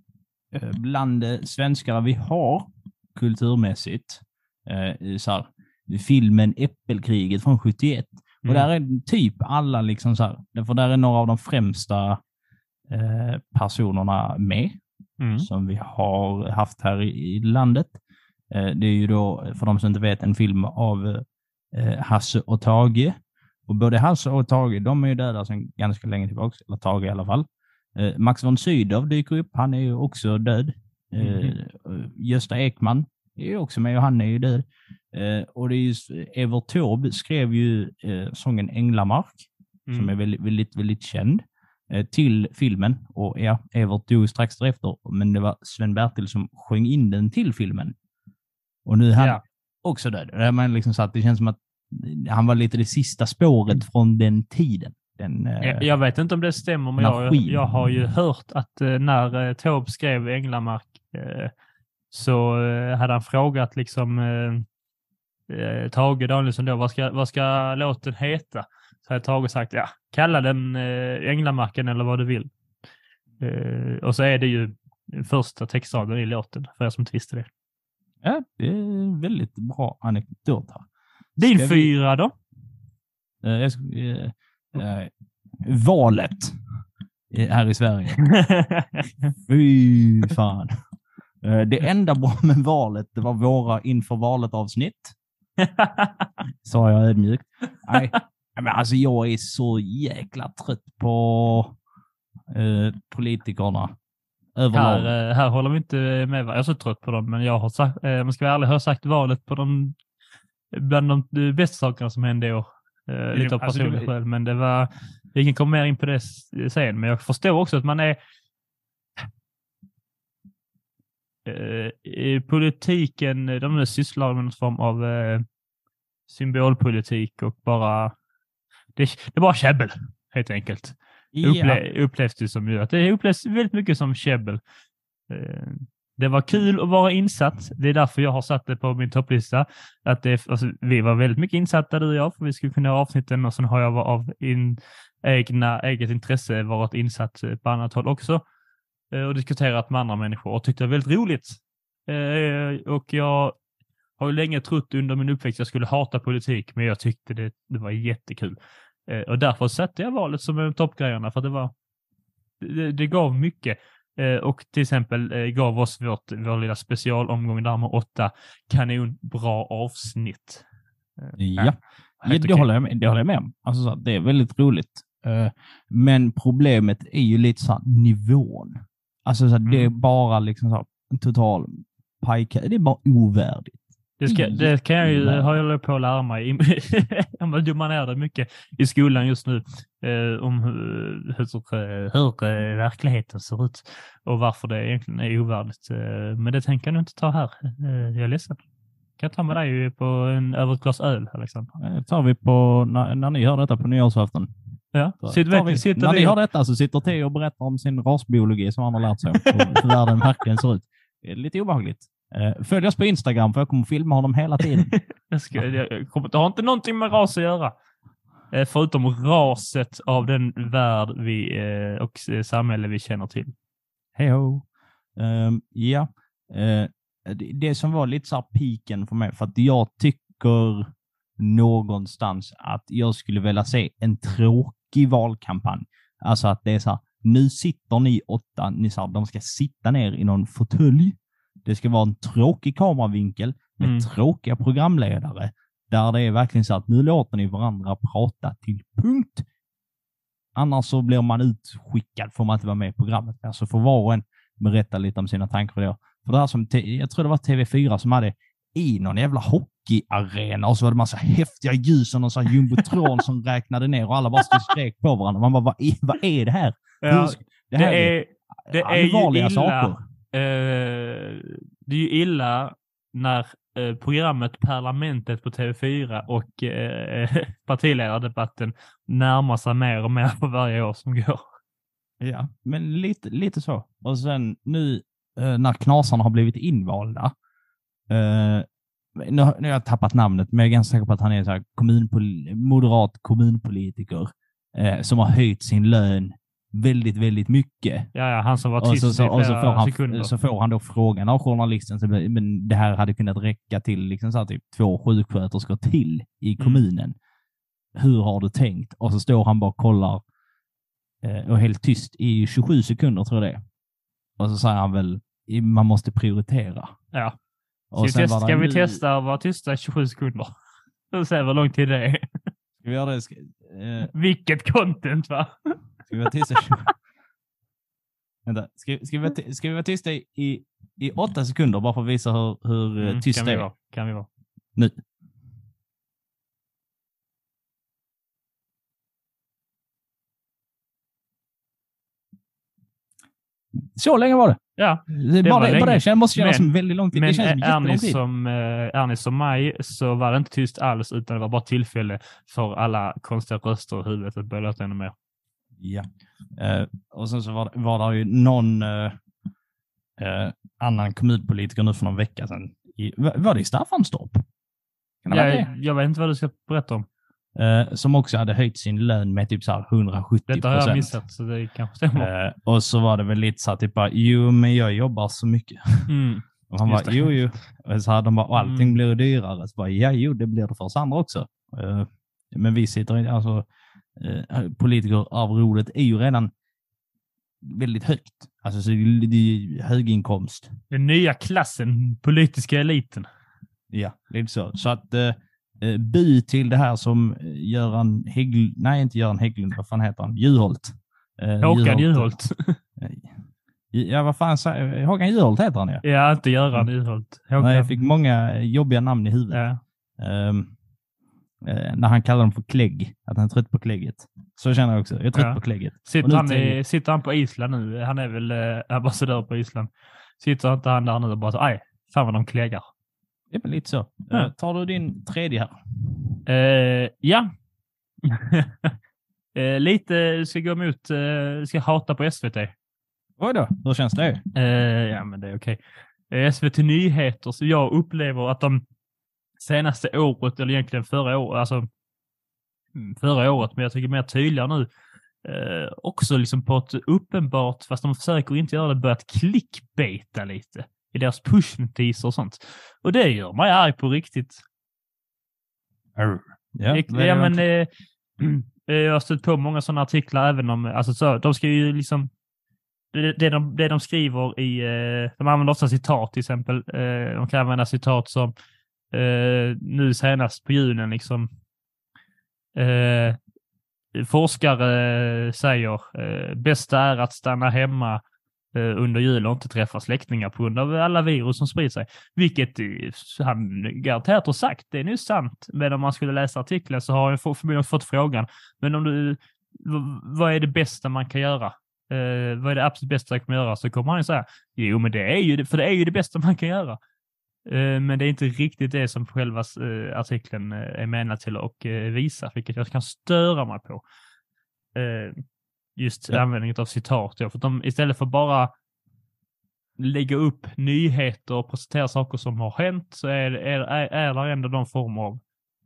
bland uh, svenskar vi har kulturmässigt uh, så här, filmen Äppelkriget från sjuttioett. Mm. Och där är typ alla liksom så här, för där är några av de främsta uh, personerna med Mm. som vi har haft här i, i landet. Uh, det är ju då, för de som inte vet, en film av uh, Hasse och Tage. Och både Hasse och Tage, de är ju döda sedan ganska länge tillbaka, eller Tage i alla fall. Eh, Max von Sydow dyker upp, han är ju också död. Eh, Mm. Gösta Ekman är ju också med och han är ju död. Eh, och det är ju, Evert Taube skrev ju eh, sången Änglamark, Mm. som är väldigt, väldigt, väldigt känd, eh, till filmen. Och ja, Evert dog strax därefter, men det var Sven-Bertil som sjöng in den till filmen. Och nu är han Ja. också död. Det, man liksom så att det känns som att han var lite det sista spåret från den tiden. Den, eh, jag, jag vet inte om det stämmer, men jag, maskin. jag har ju hört att eh, när eh, Taube skrev Änglamark eh, så eh, hade han frågat liksom eh, eh, Tage Danielsson då, vad ska, vad ska låten heta? Så hade Tage sagt, ja, kalla den eh, Änglamarken eller vad du vill. Eh, och så är det ju första textraden i låten, för jag som inte visste det. Ja, det är väldigt bra anekdot här. Din Ska vi- fyra då? Eh, jag ska, eh, eh, valet eh, här i Sverige. Fy fan. Eh, det enda bra med valet, det var våra inför valet avsnitt. Sa jag ödmjukt. Nej, men alltså jag är så jäkla trött på eh, politikerna överlag. Här, eh, här håller vi inte med. Jag är så trött på dem, men jag har sagt, eh, man ska vara ärlig, har sagt valet på de bland de bästa sakerna som hände i år. Uh, lite av alltså, personlig själv, men det var... Vi kan komma mer in på det sen, men jag förstår också att man är... Uh, I politiken, de nu sysslar med någon form av uh, symbolpolitik och bara... Det, det är bara käbbel, helt enkelt. Ja. Upple- upplevs det som ju att det upplevs väldigt mycket som käbbel. Uh, Det var kul att vara insatt. Det är därför jag har satt det på min topplista. Att det, alltså, vi var väldigt mycket insatta, du och jag, för vi skulle kunna ha avsnitten. Och sen har jag av in, egna, eget intresse varit insatt på annat håll också. Eh, och diskuterat med andra människor. Och tyckte det var väldigt roligt. Eh, och jag har ju länge trott under min uppväxt att jag skulle hata politik. Men jag tyckte det, det var jättekul. Eh, och därför satte jag valet som en toppgrejerna. För det var... Det, det gav mycket. Och till exempel gav oss vårt, vår lilla specialomgång där med åtta kanonbra avsnitt. Ja, ja det, okay. håller jag med, det håller jag med om. Alltså, så, det är väldigt roligt. Men problemet är ju lite så här, nivån. Alltså så här, mm. det är bara liksom så här, en total pajka. Det är bara ovärdigt. Det, ska, det kan jag ju ha jag på att lära mig. Jag dummar ner det mycket i skolan just nu. Eh, om hur, hur, hur verkligheten ser ut. Och varför det egentligen är ovärdigt. Eh, men det tänker jag nog inte ta här. Eh, jag är ledsen. Kan jag ta med dig på en över ett glas öl, Alexander? Det tar vi på, när, när ni hör detta på nyårsafton. Ja. Sitter vi, sitter när vi ni hör detta så sitter Theo och berättar om sin rasbiologi som han har lärt sig om. Hur världen verkligen ser ut. Det är lite obehagligt. Uh, följ oss på Instagram för jag kommer filma honom hela tiden. jag, ska, jag, kommer, det har inte någonting med ras att göra. Uh, förutom raset av den värld vi, uh, och uh, samhälle vi känner till. Hej ho. Um, ja. Uh, det, det som var lite så här piken för mig. För att jag tycker någonstans att jag skulle vilja se en tråkig valkampanj. Alltså att det är så här, nu sitter ni åtta, ni så här, de ska sitta ner i någon fåtölj. Det ska vara en tråkig kameravinkel med mm. tråkiga programledare där det är verkligen så att nu låter ni varandra prata till punkt. Annars så blir man utskickad, får man inte vara med i programmet. Alltså får var och en berätta lite om sina tankar. För, för det här som, jag tror det var T V fyra som hade i någon jävla hockeyarena och så var det massa häftiga ljus och någon sån här jumbotron som räknade ner och alla bara stod skrek på varandra. Man bara, vad är, vad är det här? Ja, Hur, det här det är, det är ju illa. Saker. Uh, det är ju illa när uh, programmet Parlamentet på T V fyra och uh, partiledardebatten närmar sig mer och mer för varje år som går. Ja, men lite, lite så. Och sen nu uh, när knasarna har blivit invalda, uh, nu, nu har jag tappat namnet, men jag är ganska säker på att han är så här kommunpol- moderat kommunpolitiker uh, som har höjt sin lön väldigt, väldigt mycket. Ja, ja, han som var tyst och så, i och så, får han, sekunder. så får han då frågan av journalisten, så, men det här hade kunnat räcka till liksom så här, typ två sjuksköterskor till i kommunen. Mm. Hur har du tänkt? Och så står han bara och kollar eh, och helt tyst i tjugosju sekunder tror jag det. Och så säger han väl, man måste prioritera. Ja. Och ska vi, testa, ska vi ny... testa att vara tysta i tjugosju sekunder? Så ser vi hur lång tid det är. Ska vi göra det? Ska, eh... Vilket content, va? Ska vi vara tysta? Vänta, ska, ska, vi vara t- ska vi vara tysta i, i, i åtta sekunder bara för att visa hur, hur mm, tyst det är? Vara. Kan vi vara. Nu. Så länge var det. Ja, det, det bara, var det, bara det känns, måste kännas som väldigt lång tid. Men det känns som är ni tid. som, är ni som mig så var det inte tyst alls utan det var bara tillfälle för alla konstiga röster i huvudet att börja låta ännu mer. Ja. Uh, och sen så var, var det ju någon uh, uh, annan kommunpolitiker nu för någon vecka sedan. I, var, var det i Staffanstorp? Ja, jag vet inte vad du ska berätta om. Uh, som också hade höjt sin lön med typ så här hundrasjuttio procent. Detta har jag missat så det kanske stämmer. Uh, och så var det väl lite så att typ bara, jo men jag jobbar så mycket. Mm. Och han bara, jo jo. Och så hade de bara, allting mm. blir dyrare. Så bara, ja jo det blir det för oss andra också. Uh, men vi sitter inte, alltså uh, politiker av rodet är ju redan väldigt högt. Alltså så det, det är höginkomst. Den nya klassen, politiska eliten. Ja, lite så. Så att uh, by till det här som Göran Hägglund, nej inte Göran Hägglund, vad fan heter han? Juholt. Uh, Håkan Juholt. Ja, vad fan säger Håkan Juholt heter han ja. Ja, inte Göran Juholt. Nej, jag fick många jobbiga namn i huvudet. Ja. Um, Eh, när han kallar dem för klägg. Att han är trött på klägget. Så känner jag också. Jag är trött Ja. på klägget. Sitter han, i, sitter han på Island nu? Han är väl eh, ambassadör på Island. Sitter inte han där nu och bara så, aj, fan vad de kläggar. Det är väl lite så. Ja. Eh, tar du din tredje här? Eh, ja. eh, lite ska gå emot, eh, ska hata på S V T. Oj då, hur känns det? Eh, ja, men det är okej. Eh, S V T Nyheter, så jag upplever att de senaste året, eller egentligen förra året, alltså förra året, men jag tycker mer tydligare nu, eh, också liksom på ett uppenbart, fast de försöker inte göra det, börjat clickbaita lite i deras push-notiser och sånt. Och det gör mig arg på riktigt. Ja, jag, ja men eh, jag har stött på många sådana artiklar, även om, alltså så, de ska ju liksom, det, det, de, det de skriver i, eh, de använder ofta citat till exempel, eh, de kan använda citat som eh, nu senast på julen liksom, eh, forskare säger eh, bästa är att stanna hemma eh, under jul och inte träffa släktingar på grund av alla virus som sprider sig. Vilket eh, han garanterat har sagt, det är nu sant. Men om man skulle läsa artikeln så har jag förmodligen fått frågan. Men om du, v- vad är det bästa man kan göra? Eh, vad är det absolut bästa man kan göra? Så kommer han säga, jo men det är ju det, för det är ju det bästa man kan göra. Eh, men det är inte riktigt det som själva eh, artikeln eh, är menad till att eh, visa, vilket jag kan störa mig på. Eh, just ja. Användningen av citat. Ja, för att de istället för bara lägga upp nyheter och presentera saker som har hänt, så är, är, är, är det ändå någon form av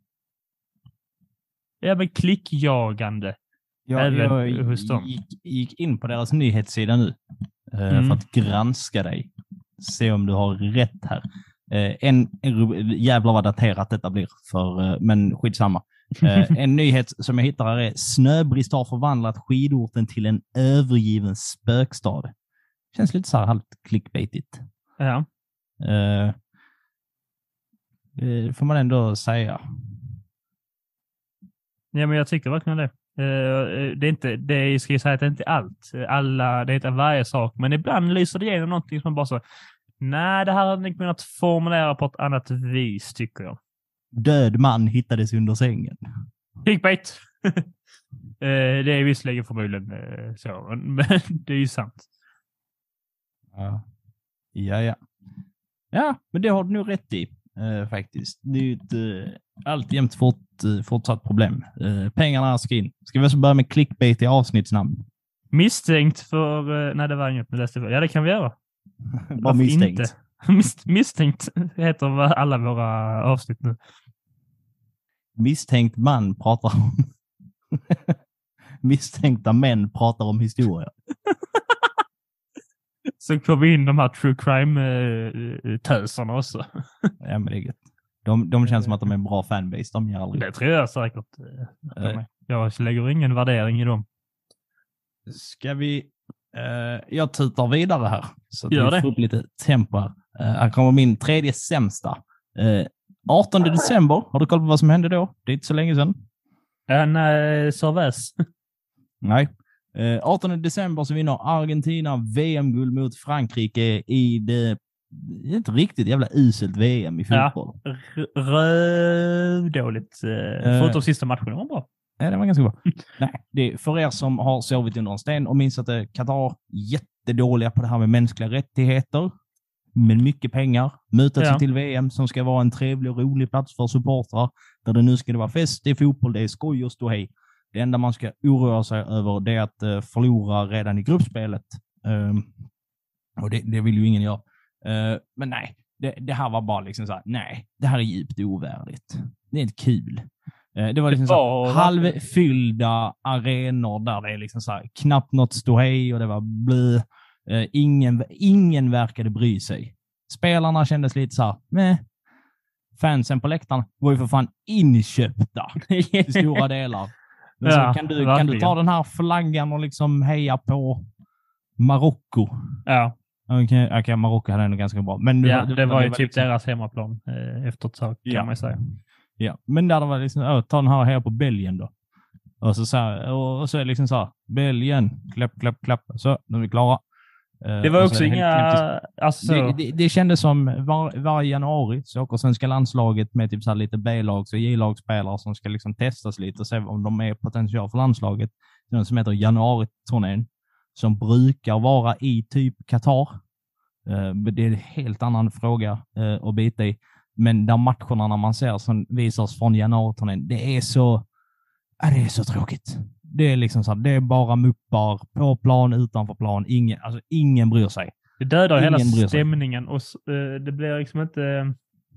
ja, men klickjagande. Jag, även jag hos dem. gick, gick in på deras nyhetssida nu eh, Mm. för att granska dig. Se om du har rätt här. Eh, en, en jävlar vad daterat detta blir, för, eh, men skitsamma. Eh, en nyhet som jag hittar här är: snöbrist har förvandlat skidorten till en övergiven spökstad. Känns lite så här halvt clickbaitigt. Ja. Eh, det får man ändå säga. Ja, men jag tycker verkligen det. Uh, det är inte, det är, ska jag säga att det är inte allt. Alla, det är inte varje sak, men ibland lyser det igenom någonting som man bara så, nej, det här hade ni kunnat formulera på ett annat vis, tycker jag. Död man hittades under sängen. Clickbait! uh, det är visserligen förmodligen uh, så, men det är ju sant. Ja, ja. Ja, ja, men det har du nog rätt i. Uh, faktiskt. Det är ju ett uh, alltjämt fort, uh, fortsatt problem. Uh, pengarna ska in. Ska vi också börja med clickbait i avsnittsnamn? Misstänkt för... Uh, nej, det var inget med läste. Ja, det kan vi göra. Bara misstänkt. Inte? Mis- misstänkt heter alla våra avsnitt nu. Misstänkt man pratar om... Misstänkta män pratar om historia. Så kommer vi in de här true crime-tösarna också. Ja, men det är gött. De, de känns som att de är en bra fanbase. De ger aldrig. Det tror jag säkert. Äh. Jag lägger ingen värdering i dem. Ska vi... Uh, jag tutar vidare här. Så att Gör vi det. får upp lite tempo här. Uh, här kommer min tredje sämsta. Uh, artonde december. Har du koll på vad som hände då? Det är inte så länge sedan. En uh, servais. Nej. Uh, artonde december så vinner Argentina V M-guld mot Frankrike i det... Det är inte riktigt jävla uselt V M i fotboll. Ja, rövdåligt. Uh, uh, Förutom sista matchen var bra. Ja, det var ganska bra. Nej, det är för er som har sovit under en sten och minns att Qatar jättedåliga på det här med mänskliga rättigheter. Med mycket pengar. Mutat sig Ja. till V M som ska vara en trevlig och rolig plats för supportrar. Där det nu ska det vara fest, det är fotboll, det är skoj och ståhej. Det enda man ska oroa sig över det är att uh, förlora redan i gruppspelet. Um, och det, det vill ju ingen göra. Uh, men nej, det, det här var bara liksom så här, nej, det här är djupt ovärdigt. Det är inte kul. Det var liksom det var, så halvfyllda arenor där det är liksom så här, knappt något ståhej och det var blö. Ingen, ingen verkade bry sig. Spelarna kändes lite så här, meh. Fansen på läktaren var ju för fan inköpta i stora delar. Men Ja, så kan, du, kan du ta den här flaggan och liksom heja på Marocko? Ja. Okej, okay, okay, Marocko hade ändå ganska bra. Men Ja, det, det, det var var ju typ liksom deras hemmaplan eh, efter ett tag, kan ja. man säga. Ja, men där det var liksom, åh, ta den här här på Belgien då. Och så, så, här, och, och så är det liksom så här, Belgien, klapp, klapp, klapp. Så, nu är vi klara. Det var också inga... Alltså... Det, det, det kändes som var, varje januari så åker svenska landslaget med typ så här lite B-lags och J-lagsspelare som ska liksom testas lite och se om de är potential för landslaget. Det är något som heter januari-turnén som brukar vara i typ Qatar. Det är en helt annan fråga att bita i. Men de matcherna när man ser som visas från januari-turnén, det är så... Ja, det är så tråkigt. Det är liksom så här, det är bara muppar på plan, utanför plan. Ingen, alltså, ingen bryr sig. Det dödar ingen hela stämningen och uh, det blir liksom inte...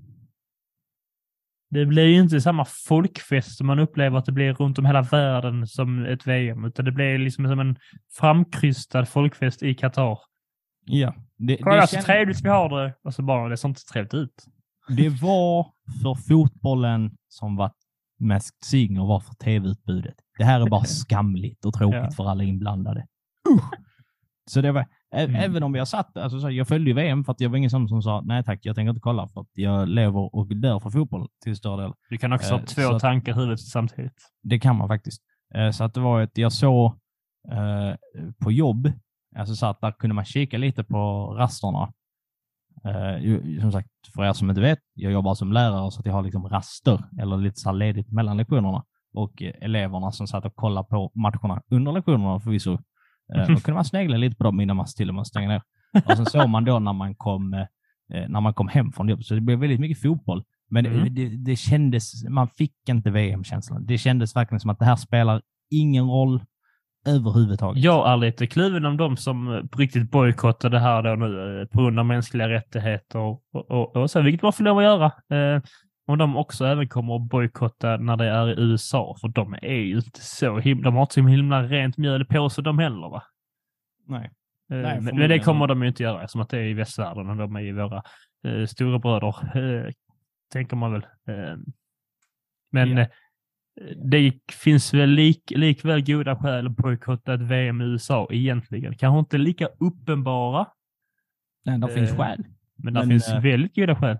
Det blir ju inte samma folkfest som man upplever att det blir runt om hela världen som ett V M, utan det blir liksom som en framkrystad folkfest i Qatar. Ja. Det, Kolla det så känner... trevligt vi har det, och så bara det ser inte trevligt ut. Det var för fotbollen som var mest singer var för tv-utbudet. Det här är bara skamligt och tråkigt ja. För alla inblandade. Uh. Så det var, mm. även om jag satt, alltså så jag följde V M för att jag var ingen sån som sa nej tack, jag tänker inte kolla för att jag lever och dör för fotboll till större del. Du kan också uh, ha två tankar i huvudet samtidigt. Det kan man faktiskt. Uh, så att det var ett, jag såg uh, på jobb, alltså så att där kunde man kika lite på rasterna. Uh, som sagt, för er som inte vet, jag jobbar som lärare så att jag har liksom raster eller lite så här ledigt mellan lektionerna och uh, eleverna som satt och kollade på matcherna under lektionerna förvisso. Uh, då kunde man snegla lite på dem innan man till och med stänger ner. Och sen såg man då när man kom uh, när man kom hem från jobb, så det blev väldigt mycket fotboll. Men mm. det, det, det kändes, man fick inte V M-känslan. Det kändes verkligen som att det här spelar ingen roll överhuvudtaget. Jag är lite kluven om de som på riktigt bojkottar det här då nu på grund av mänskliga rättigheter och, och, och, och så, vilket man får lov att göra. Eh, om de också även kommer att bojkotta när det är i U S A, för de är ju inte så himla, de har inte så himla rent mjöl på sig de heller, va? Nej. Eh, Nej men, men det kommer de ju inte göra, som att det är i västvärlden och de är i våra eh, stora bröder, eh, tänker man väl. Eh, men ja. Det finns väl lik, likväl goda skäl att bojkotta ett V M i U S A egentligen. Kanske inte lika uppenbara. Nej, det finns skäl. Men det finns äh, väldigt goda skäl.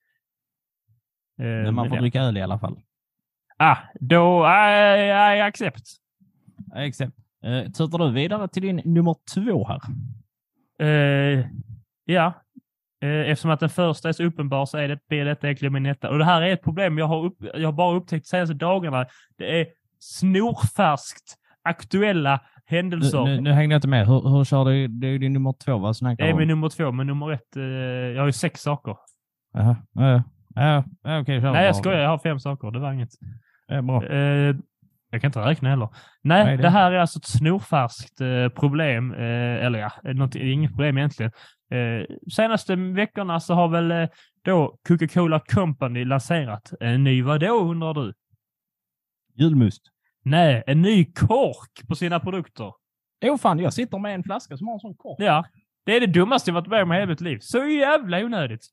Men man får dricka öl i alla fall. Ah, då är jag accept. Accept. Uh, Tutar du vidare till din nummer två här? Uh, ja. Eftersom att den första är så uppenbar så är det, blir detta egentligen min etta. Och det här är ett problem jag har, upp, jag har bara upptäckt de senaste dagarna. Det är snorfärskt aktuella händelser. Nu, nu, nu hängde jag inte med. Hur, hur kör du? Det är din nummer två. Vad snackar det är min nummer två, men nummer ett, eh, jag har ju sex saker. Jaha, ja, ja, ja, okej. Okay, Nej, jag skojar. Jag har fem saker. Det var inget. Ja, bra. Eh, jag kan inte räkna heller. Nej, Nej det... det här är alltså ett snorfärskt eh, problem. Eh, eller ja, något, inget problem egentligen. Eh, senaste veckorna så har väl eh, då Coca-Cola Company lanserat en ny, vad då undrar du? Julmust. Nej, en ny kork på sina produkter. Åh fan, jag sitter med en flaska som har en sån kork. Ja, det är det dummaste jag varit med om i hela mitt liv. Så jävla onödigt.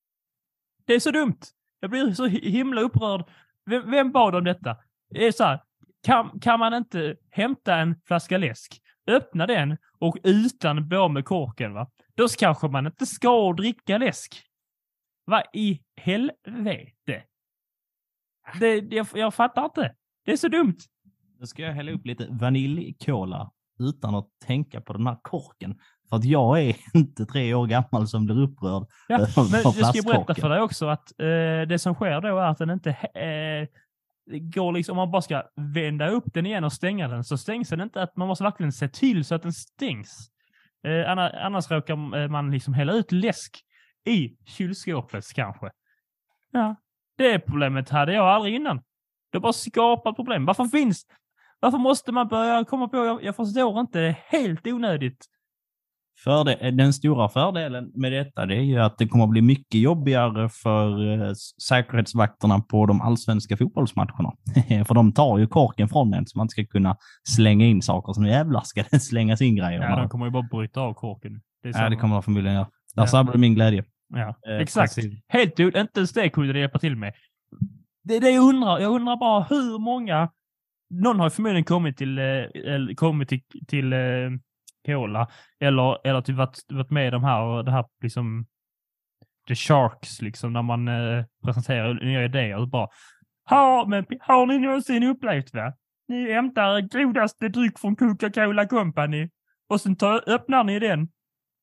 Det är så dumt. Jag blir så himla upprörd. Vem, vem bad om detta? Det är så här, kan, kan man inte hämta en flaska läsk, öppna den och utan börja med korken, va? Då kanske man inte ska dricka läsk. Vad i helvete? Det, jag, jag fattar inte. Det är så dumt. Då ska jag hälla upp lite vaniljkola utan att tänka på den här korken. För att jag är inte tre år gammal som blir upprörd. Ja, men jag ska berätta för dig också att eh, det som sker då är att den inte eh, går liksom, om man bara ska vända upp den igen och stänga den, så stängs den inte. Att man måste verkligen se till så att den stängs. Eh, annars, annars råkar man liksom hälla ut läsk i kylskåpet kanske. Ja, det problemet hade jag aldrig innan. Det bara skapar problem. Varför finns Varför måste man börja komma på? Jag, jag förstår inte. Det är helt onödigt. För det, den stora fördelen med detta, det är ju att det kommer att bli mycket jobbigare för eh, säkerhetsvakterna på de allsvenska fotbollsmatcherna. För de tar ju korken från en så man ska kunna slänga in saker som jävlar ska det slängas in grejer. Ja, de kommer ju bara bryta av korken. Det ja, det kommer de förmodligen göra. Där ja. Sabbar min glädje. Ja, eh, exakt. Precis. Helt ut, inte ens det kunde det hjälpa till med. Det, det jag undrar, jag undrar bara hur många, någon har förmodligen kommit till, eh, kommit till, till eh, Cola, eller, eller typ varit, varit med i de här, det här liksom The Sharks liksom, när man eh, presenterar nya idéer och bara, ha, men har ni någonsin upplevt, va? Ni hämtar godaste dryck från Coca-Cola Company och sen tar, öppnar ni den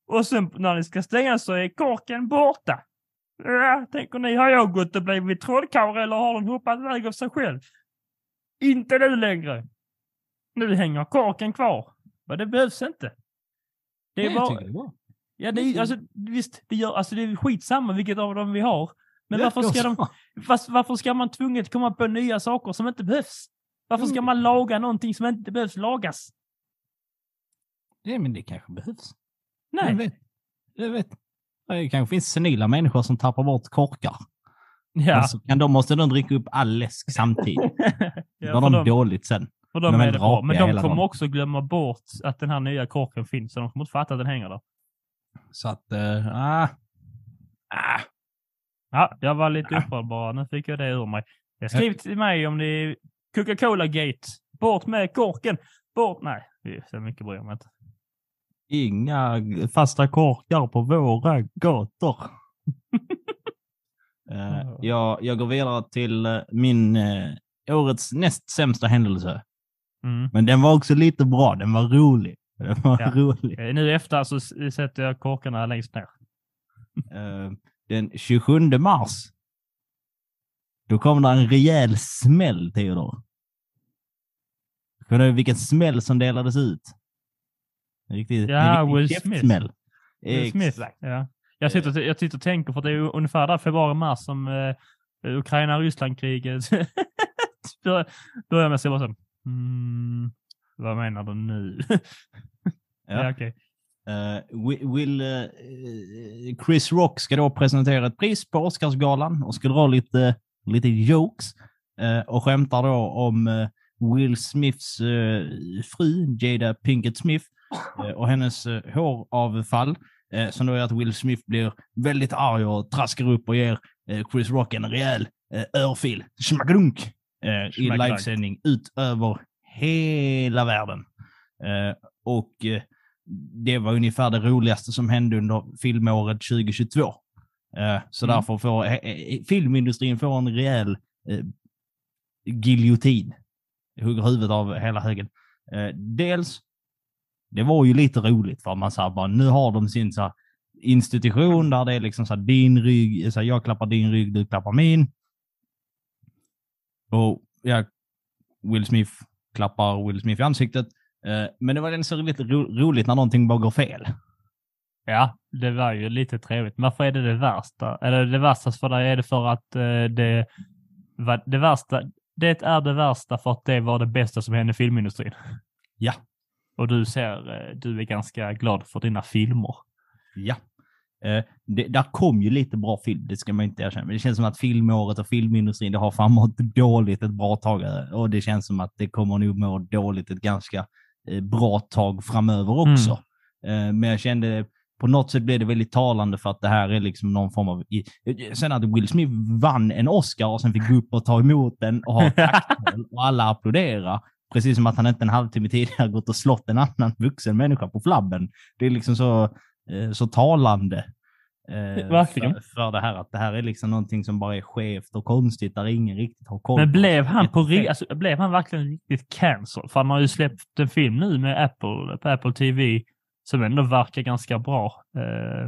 Och sen när ni ska stänga så är korken borta. Ja, tänker ni, har jag gått och blivit trollkarl eller har den hoppat iväg av sig själv? Inte nu längre. Nu hänger korken kvar. Men det behövs inte. Det är Nej, bara... jag tycker det var. Ja, det är, alltså, visst, det, gör, alltså, det är skitsamma vilket av dem vi har. Men varför ska, de, fast, varför ska man tvunget komma på nya saker som inte behövs? Varför ska man laga någonting som inte behövs lagas? Nej, men det kanske behövs. Nej. Jag vet. Jag vet. Det kanske finns senila människor som tappar bort korkar. Ja. Alltså, kan de måste de dricka upp all läsk samtidigt. Ja, då har de dem, dåligt sen. För de är det bra. Men de kommer också glömma bort att den här nya korken finns. Så de kommer inte fatta att den hänger där. Så att, uh, ah. Ah. Ja, jag var lite upprörd bara. Nu fick jag det ur mig. Jag skrev till mig om det är Coca-Cola-gate. Bort med korken. Bort. Nej, det är så mycket bryr jag mig inte. Inga fasta korkar på våra gator. uh, jag, jag går vidare till uh, min uh, årets näst sämsta händelse. Mm. Men den var också lite bra. Den var rolig. Den var ja. rolig. Nu efter så sätter jag korkarna längst ner. uh, den tjugosjunde mars. Då kom det en rejäl smäll, Theodor. Kunde du vilken smäll som delades ut? En riktig, ja, en Will riktig Smith. Smäll. Will Smith. Ja. Jag sitter, jag sitter och tänker för det är ungefär där februari-mars som eh, Ukraina-Ryssland-kriget börjar med att se vad som mm, vad menar du nu? ja, ja, okay. uh, will, will uh, Chris Rock ska då presentera ett pris på Oscarsgalan och ska dra lite, lite jokes uh, och skämtar då om uh, Will Smiths uh, fru Jada Pinkett Smith uh, och hennes uh, håravfall uh, som då är att Will Smith blir väldigt arg och traskar upp och ger uh, Chris Rock en rejäl uh, örfil, schmagrunk, uh, i livesändning ut över hela världen. Uh, och uh, det var ungefär det roligaste som hände under filmåret tjugohundratjugotvå. Uh, så mm. därför får uh, filmindustrin får en rejäl uh, giljotin. Hugger huvudet av hela högen. Uh, dels, det var ju lite roligt för man sa bara, nu har de sin så här, institution där det är liksom så här, din rygg, så här, jag klappar din rygg, du klappar min. Och ja, Will Smith klappar Will Smith i ansiktet. Uh, men det var så lite ro- roligt när någonting bara går fel. Ja, det var ju lite trevligt. Varför är det det värsta? Eller det värsta för dig är det för att uh, det var det värsta. Det är det värsta för att det var det bästa som hände i filmindustrin. Ja. Och du ser, uh, du är ganska glad för dina filmer. Ja. Uh, det, där kom ju lite bra film, det ska man inte erkänna. Men det känns som att filmåret och filmindustrin, det har fan mått dåligt ett bra tag. Och det känns som att det kommer nog må dåligt ett ganska uh, bra tag framöver också. Mm. Uh, men jag kände, på något sätt blev det väldigt talande för att det här är liksom någon form av... I, sen att Will Smith vann en Oscar och sen fick gå upp och ta emot den och ha tacktal och alla applådera. Precis som att han inte en halvtimme tidigare gått och slått en annan vuxen människa på flabben. Det är liksom så, så talande eh, för, för det här. Att det här är liksom någonting som bara är skevt och konstigt där ingen riktigt har koll. Men blev han, på, alltså, blev han verkligen riktigt cancel? För han har ju släppt en film nu med Apple på Apple T V som ändå verkar ganska bra. Eh,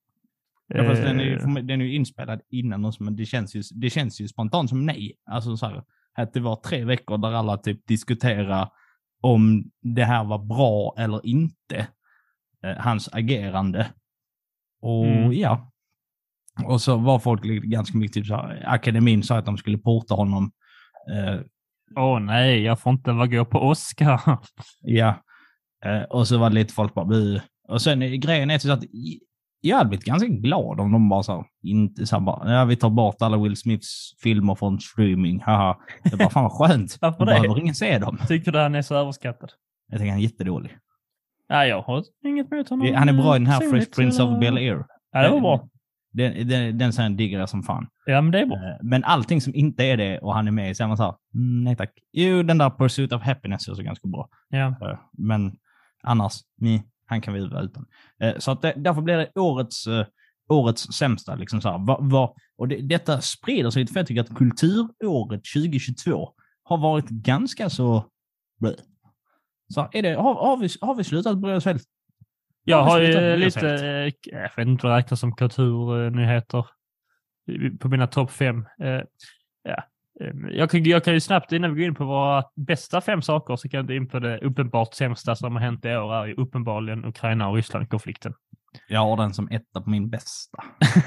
ja, fast den är ju, den är ju inspelad innan oss, men det känns ju, det känns ju spontant som nej. Alltså så här, att det var tre veckor där alla typ diskuterar om det här var bra eller inte. Eh, hans agerande. Och mm. ja. Och så var folk ganska mycket typ så här, akademin sa att de skulle porta honom. Åh eh, oh, nej, jag får inte vara gå på Oscar. Ja. Eh, och så var det lite folk bara Buh. Och sen grejen är så att jag hade blivit ganska glad om de bara så inte så bara, ja, vi tar bort alla Will Smiths filmer från streaming. Haha. Det var fan skönt. Varför det? Behöver ingen se dem. Tycker du han är så överskattad? Jag tycker han är jättedålig. Ja, jag har inget med honom. Han är bra i den här Fresh Prince of Bel-Air. Ja, det var bra. Den, den, den sen diggar jag som fan. Ja, men det är bra. Men allting som inte är det och han är med i samma sak. Mm, nej tack. Jo, den där Pursuit of Happiness är så ganska bra. Ja. Men annars, nej, han kan vi vara utan. Så att det, därför blir det årets, årets sämsta. Liksom så här. Va, va, och det, detta sprider sig för jag tycker att kulturåret tjugohundratjugotvå har varit ganska så... Så är det, har, har, vi, har vi slutat bry oss väldigt? Jag har ju slutat, lite, eh, jag vet inte vad det räknas som kulturnyheter på mina topp fem. Eh, ja. Jag kan, jag kan ju snabbt, innan vi går in på våra bästa fem saker, så kan jag gå in på det uppenbart sämsta som har hänt i år, är ju uppenbarligen Ukraina och Ryssland-konflikten. Jag har den som etta på min bästa.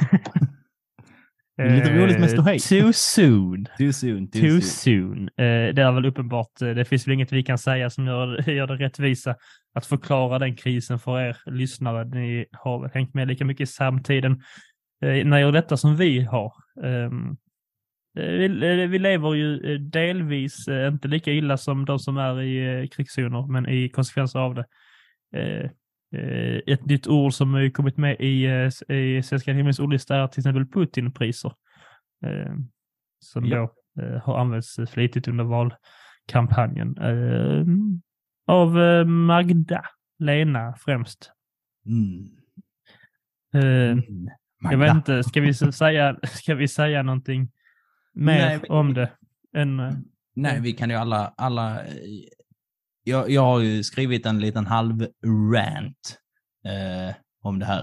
Det är lite roligt med ståhej. Too soon. Too soon. Too, Too soon. soon. Eh, det är väl uppenbart. Det finns väl inget vi kan säga som gör, gör det rättvisa att förklara den krisen för er lyssnare. Ni har hängt med lika mycket i samtiden eh, när jag detta som vi har. Um, vi, vi lever ju delvis eh, inte lika illa som de som är i eh, krigszoner, men i konsekvenser av det. Eh, eh, ett nytt ord som har kommit med i, eh, i Svenska Akademiens ordlista är till exempel Putin-priser. Eh, som ja. då eh, har använts flitigt under valkampanjen. Eh, av eh, Magda Lena främst. Mm. Eh, mm. Jag vet inte, ska vi säga, ska vi säga någonting mer Nej, vi, om det? Än, nej, vi kan ju alla... alla jag, jag har ju skrivit en liten halv rant eh, om det här.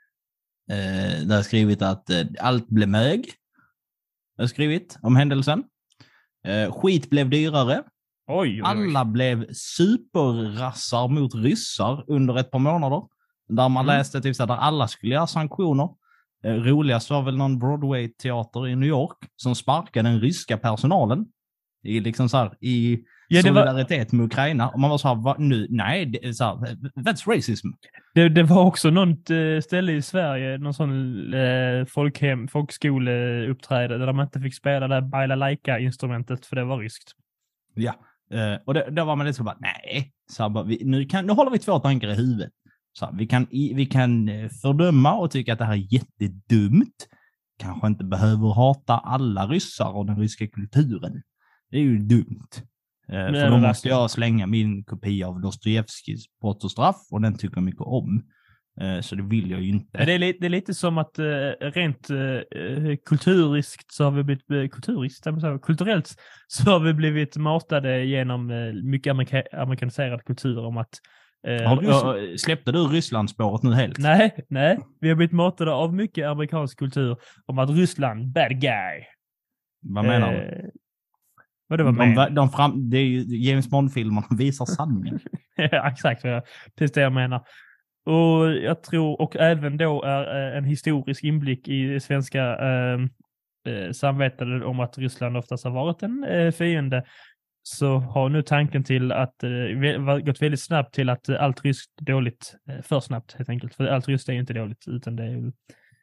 Eh, där jag har skrivit att eh, allt blev mög. Jag har skrivit om händelsen. Eh, skit blev dyrare. Oj, oj, oj. Alla blev superrassar mot ryssar under ett par månader. Där man mm. läste typ så där alla skulle göra sanktioner. Eh, roligast var väl någon Broadway-teater i New York som sparkade den ryska personalen i liksom så här, i ja, solidaritet var... med Ukraina. Och man var så här, va, nu, nej, det är så här, that's racism. Det, det var också något uh, ställe i Sverige, någon sån uh, folkhem, folkskoleuppträde där man inte fick spela det där balalaika-instrumentet för det var ryskt. Ja, uh, och det, då var man lite så bara, nej, så här, bara, vi, nu, kan, nu håller vi två tankar i huvudet. Så här, vi, kan, vi kan fördöma och tycka att det här är jättedumt. Kanske inte behöver hata alla ryssar och den ryska kulturen. Det är ju dumt. Eh, för då måste jag slänga min kopia av Dostojevskijs Brott och straff och den tycker jag mycket om. Eh, så det vill jag ju inte. Det är, li- det är lite som att eh, rent eh, kulturiskt så har vi blivit eh, kulturiskt, så, kulturellt så har vi blivit matade genom eh, mycket amerika- amerikaniserad kultur om att eh, har du, släppte du Rysslandsspåret nu helt? Nej, nej. Vi har blivit matade av mycket amerikansk kultur om att Ryssland, bad guy. Vad menar du? Eh, Vad det, var de, de fram, det är ju James Bond-filmerna visar sanningen. Ja, exakt. Precis det jag menar. Och jag tror, och även då är en historisk inblick i svenska eh, samvetande om att Ryssland oftast har varit en eh, fiende, så har nu tanken till att eh, gått väldigt snabbt till att allt ryskt är dåligt, eh, för snabbt helt enkelt. För allt ryskt är inte dåligt, utan det är ju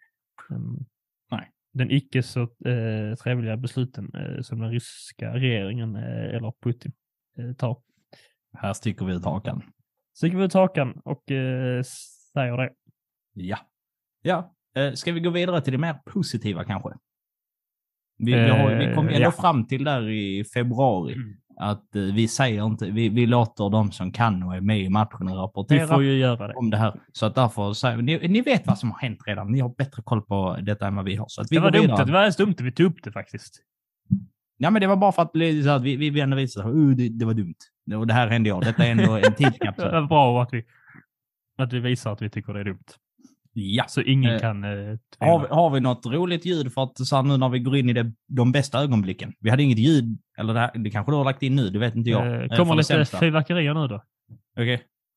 um, nej. Den icke så eh, trevliga besluten eh, som den ryska regeringen eh, eller Putin eh, tar. Här sticker vi ut hakan. Sticker vi ut hakan och eh, säger det. Ja. Ja. Eh, ska vi gå vidare till det mer positiva kanske? Vi, vi, har, vi kom ändå ja. fram till där i februari mm. att eh, vi säger inte, vi, vi låter de som kan och är med i matchen rapportera. Vi får ju göra det. Om det här. Så att därför säger vi, ni, ni vet vad som har hänt redan. Ni har bättre koll på detta än vad vi har. Så att vi det var dumt, det var ens dumt att vi tog upp det faktiskt. Ja, men det var bara för att, så att vi, vi, vi ändå visade att uh, det, det var dumt. Och det här hände jag. Detta är ändå en tidskapsel. Det är bra att vi, att vi visar att vi tycker det är dumt. Ja. Så ingen eh, kan... Eh, har, har vi något roligt ljud för att så här, nu när vi går in i det, de bästa ögonblicken? Vi hade inget ljud, eller det, här, det kanske du har lagt in nu, det vet inte jag. Eh, kommer lite sämsta. Fyrverkerier nu då? Okej. Okay.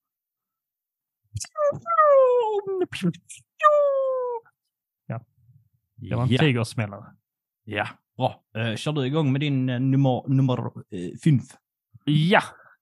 Ja. Det var en ja. tigersmällare. Ja, bra. Uh, kör du igång med din uh, nummer, nummer uh, fem? Ja.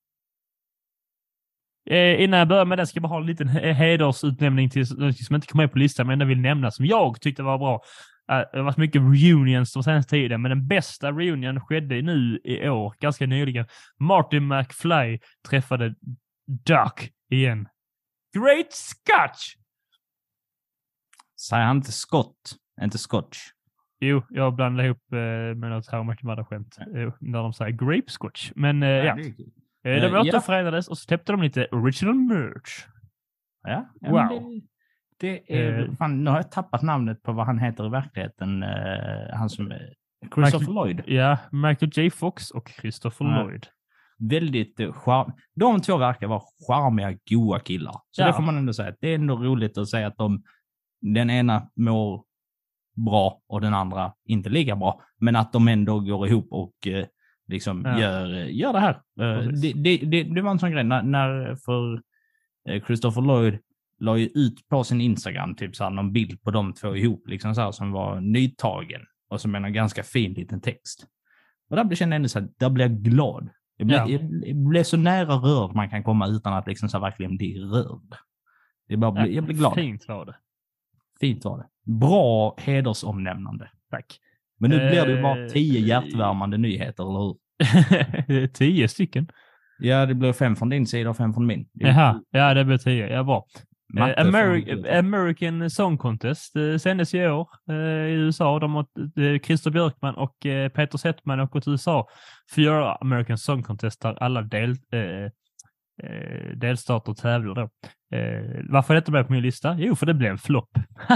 Eh, innan jag börjar med det ska jag bara ha en liten hedersutnämning till som inte kommer med på listan, men jag vill nämna som jag tyckte var bra. Uh, det har varit mycket reunions de senaste tiden, men den bästa reunion skedde nu i år, ganska nyligen. Martin McFly träffade Duck igen. Great Scotch! Säger han inte Scott? Inte Scotch? Jo, jag blandade ihop uh, med något här mycket med skämt uh, när de säger Grape Scotch. Men uh, ja. ja. De återförenades och så släppte de lite original merch. Ja, ja wow. Det, det är, uh, fan, nu har jag tappat namnet på vad han heter i verkligheten. Uh, han som är Christopher Michael, Lloyd. Ja, Michael J. Fox och Christopher uh, Lloyd. väldigt charm. De två verkar vara charmiga, goa killar. Så ja. det får man ändå säga. Det är ändå roligt att säga att de, den ena mår bra och den andra inte lika bra. Men att de ändå går ihop och eh, liksom ja. gör, gör det här. Uh, det, det, det, det var en sån grej när, när för eh, Christopher Lloyd la ju ut på sin Instagram typ så här, någon bild på de två ihop liksom så här, som var nytagen och som är en ganska fin liten text. Och där kände jag ändå så här, där blev jag glad. Jag blev, ja. jag, jag blev så nära rörd man kan komma utan att liksom så här, verkligen bli rörd. Det bara, ja, jag blev glad. Fint var det. Fint var det. Bra hedersomnämnande. Tack. Men nu blir det ju bara tio hjärtvärmande nyheter, eller hur? Tio stycken? Ja, det blir fem från din sida och fem från min. Det Jaha, ja det blir tio. Ja, bra. Ameri- American Song Contest eh, sändes i år eh, i U S A. De har, eh, Christer Björkman och eh, Peter Settman har gått till U S A för att göra American Song Contest där alla del, eh, eh, delstater tävlar då. Eh, varför är detta med på min lista? Jo, för det blev en flopp.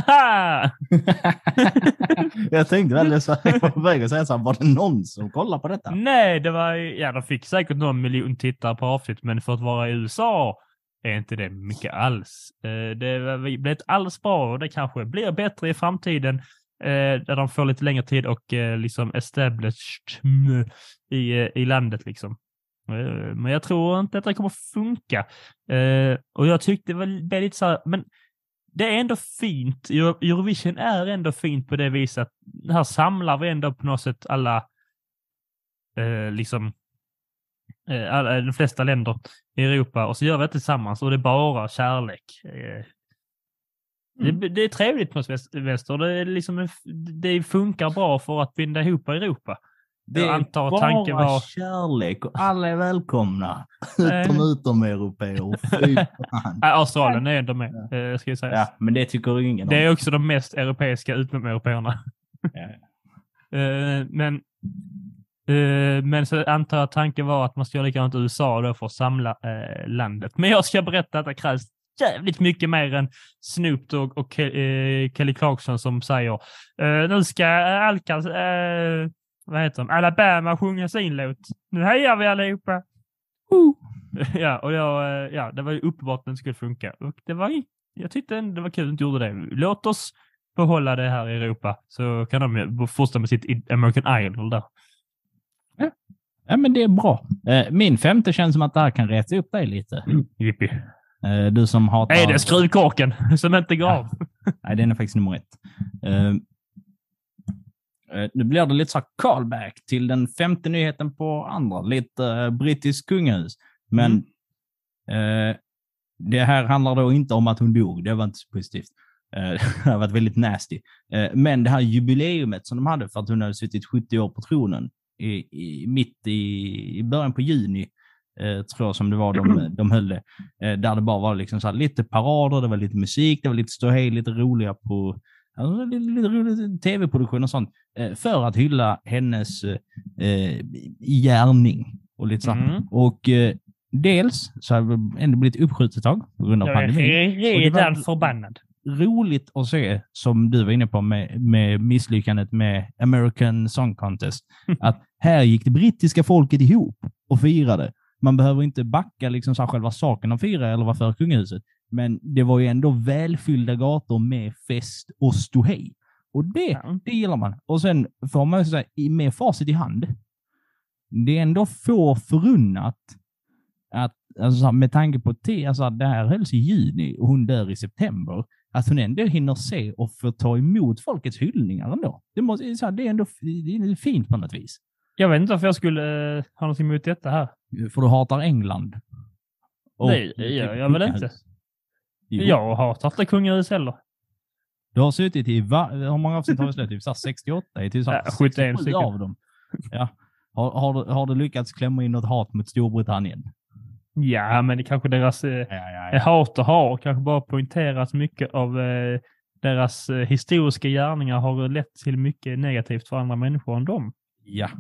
Jag tänkte väl så jag var på väg att säga så här, var det någon som kollar på detta? Nej, det var, ja, de fick säkert någon miljon tittare på avsnitt, men för att vara i U S A är inte det mycket alls. Eh, det blev inte alls bra och det kanske blir bättre i framtiden eh, där de får lite längre tid och eh, liksom established i, i landet liksom. Eh, men jag tror inte att det kommer funka. Eh, och jag tyckte det var väldigt så här, men det är ändå fint. Eurovision är ändå fint på det viset att här samlar vi ändå på något sätt alla eh, liksom alla, de flesta länder i Europa och så gör vi det tillsammans och det är bara kärlek. Eh, mm. det, det är trevligt på väster. Det, är liksom, det funkar bra för att binda ihop Europa. Det är antar, bara tanken var... kärlek och alla är välkomna. Utom utom europeer. Australien är ändå med, ja. Ska jag säga. Ja, men det tycker ingen om. Det är också de mest europeiska utom europeerna. Ja. men men så antar jag att tanken var att man ska göra likadant i U S A då för att samla eh, landet. Men jag ska berätta att det krävs jävligt mycket mer än Snoop Dogg och Ke- eh, Kelly Clarkson som säger eh, nu ska Alcaz eh, vad heter de? Alabama sjunga sin låt. Nu hejar vi allihopa. Uh. Ja, och jag, eh, ja, det var ju uppenbart att den skulle funka. Och det var, jag tyckte ändå det var kul att inte gjorde det. Låt oss behålla det här i Europa så kan de fortsätta med sitt American Idol där. Ja. Ja, men det är bra. Min femte känns som att det här kan rätta upp dig lite. Jippi. Du som hatar... Nej, det är skruvkorken som inte går av. Ja. Nej, den är faktiskt nummer ett. Uh, nu blir det lite så callback till den femte nyheten på andra. Lite uh, brittisk kungahus. Men mm. uh, det här handlar då inte om att hon dog. Det var inte så positivt. Uh, det har varit väldigt nasty. Uh, men det här jubileumet som de hade för att hon hade suttit sjuttio år på tronen I, i, mitt i, i början på juni eh, tror jag som det var de, de höll det. Eh, där det bara var liksom så här, lite parader, det var lite musik, det var lite ståhej, lite roliga på alltså, lite, lite rolig tv-produktion och sånt. Eh, för att hylla hennes eh, gärning. Och lite så. Mm. Och eh, dels så har det ändå blivit uppskjutet tag på grund av pandemin. Jag är redan förbannad. Roligt att se, som du var inne på med, med misslyckandet med American Song Contest, att här gick det brittiska folket ihop och firade. Man behöver inte backa liksom så själva saken att fira eller vara för kungahuset, men det var ju ändå välfyllda gator med fest och ståhej. Och det, ja. det gillar man. Och sen får man säga, med facit i hand, det är ändå få förunnat att alltså, med tanke på te, alltså, det här hölls i juni och hon dör i september, att hon ändå hinner se och få ta emot folkets hyllningar ändå. Det, måste, så här, det är ändå det är fint på något vis. Jag vet inte varför jag skulle uh, ha något emot detta här. För du hatar England. Och Nej, jag, jag vill inte. Jo. Jag hatar inte kungahus heller. Du har suttit i, va- hur många avsnitt har vi slut? Typ sextioåtta? I typ ja, sjuttiosju av dem. Ja. Har, har, du, har du lyckats klämma in något hat mot Storbritannien? Ja, men det kanske deras eh, ja, ja, ja. hat och har kanske bara poängterat mycket av eh, deras eh, historiska gärningar har lett till mycket negativt för andra människor än dem. Ja.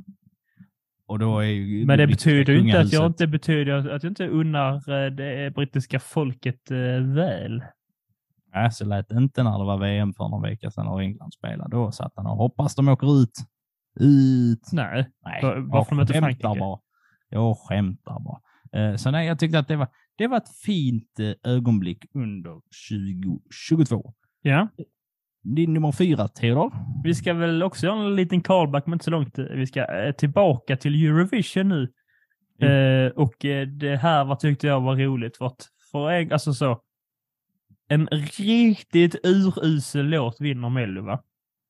Och då är ju, men det betyder ju inte att jag inte betyder att jag inte unnar eh, det brittiska folket eh, väl. Nej, så lät inte när det var V M för några veckor sedan och England spelade. Då satt han och hoppas de åker ut. Ut. Nej, Nej. Varför de inte Frankrike? Bara. Jag skämtar bara. Eh, så nej, jag tyckte att det var, det var ett fint eh, ögonblick under tjugo tjugotvå. Ja. Din nummer fyra, Theodor. Vi ska väl också göra en liten callback, men inte så långt. Vi ska eh, tillbaka till Eurovision nu. Mm. Eh, och eh, det här vad tyckte jag var roligt. För att för en, alltså så, en riktigt urusel låt vinner Mello, va?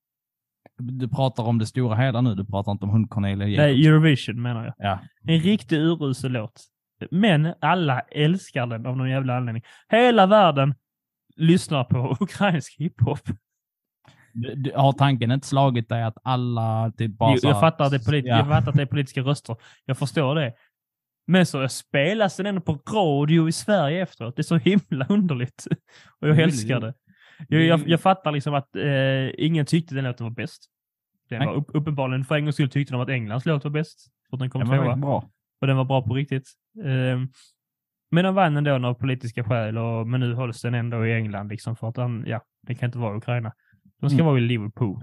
Du pratar om det stora hela nu. Du pratar inte om hund Cornelia Jacobs. Nej, Eurovision menar jag. Ja. En riktigt urusel låt. Men alla älskar den av någon jävla anledning. Hela världen lyssnar på ukrainsk hiphop. Du, du, har tanken inte slagit dig att alla typ bara... Jo, jag, fattar att det är polit- ja. jag fattar att det är politiska röster. Jag förstår det. Men så spelas den ändå på radio i Sverige efteråt. Det är så himla underligt. Och jag det älskar det. Jag, jag, jag fattar liksom att eh, ingen tyckte den låten var bäst. Den var upp, uppenbarligen för en gångs skull tyckte de att Englands låt var bäst. För att den kom den var tvåa. bra. Och den var bra på riktigt. Eh, men de vann ändå av politiska skäl. Och, men nu hålls den ändå i England. Liksom, för att den, ja, det kan inte vara Ukraina. De ska mm. vara i Liverpool.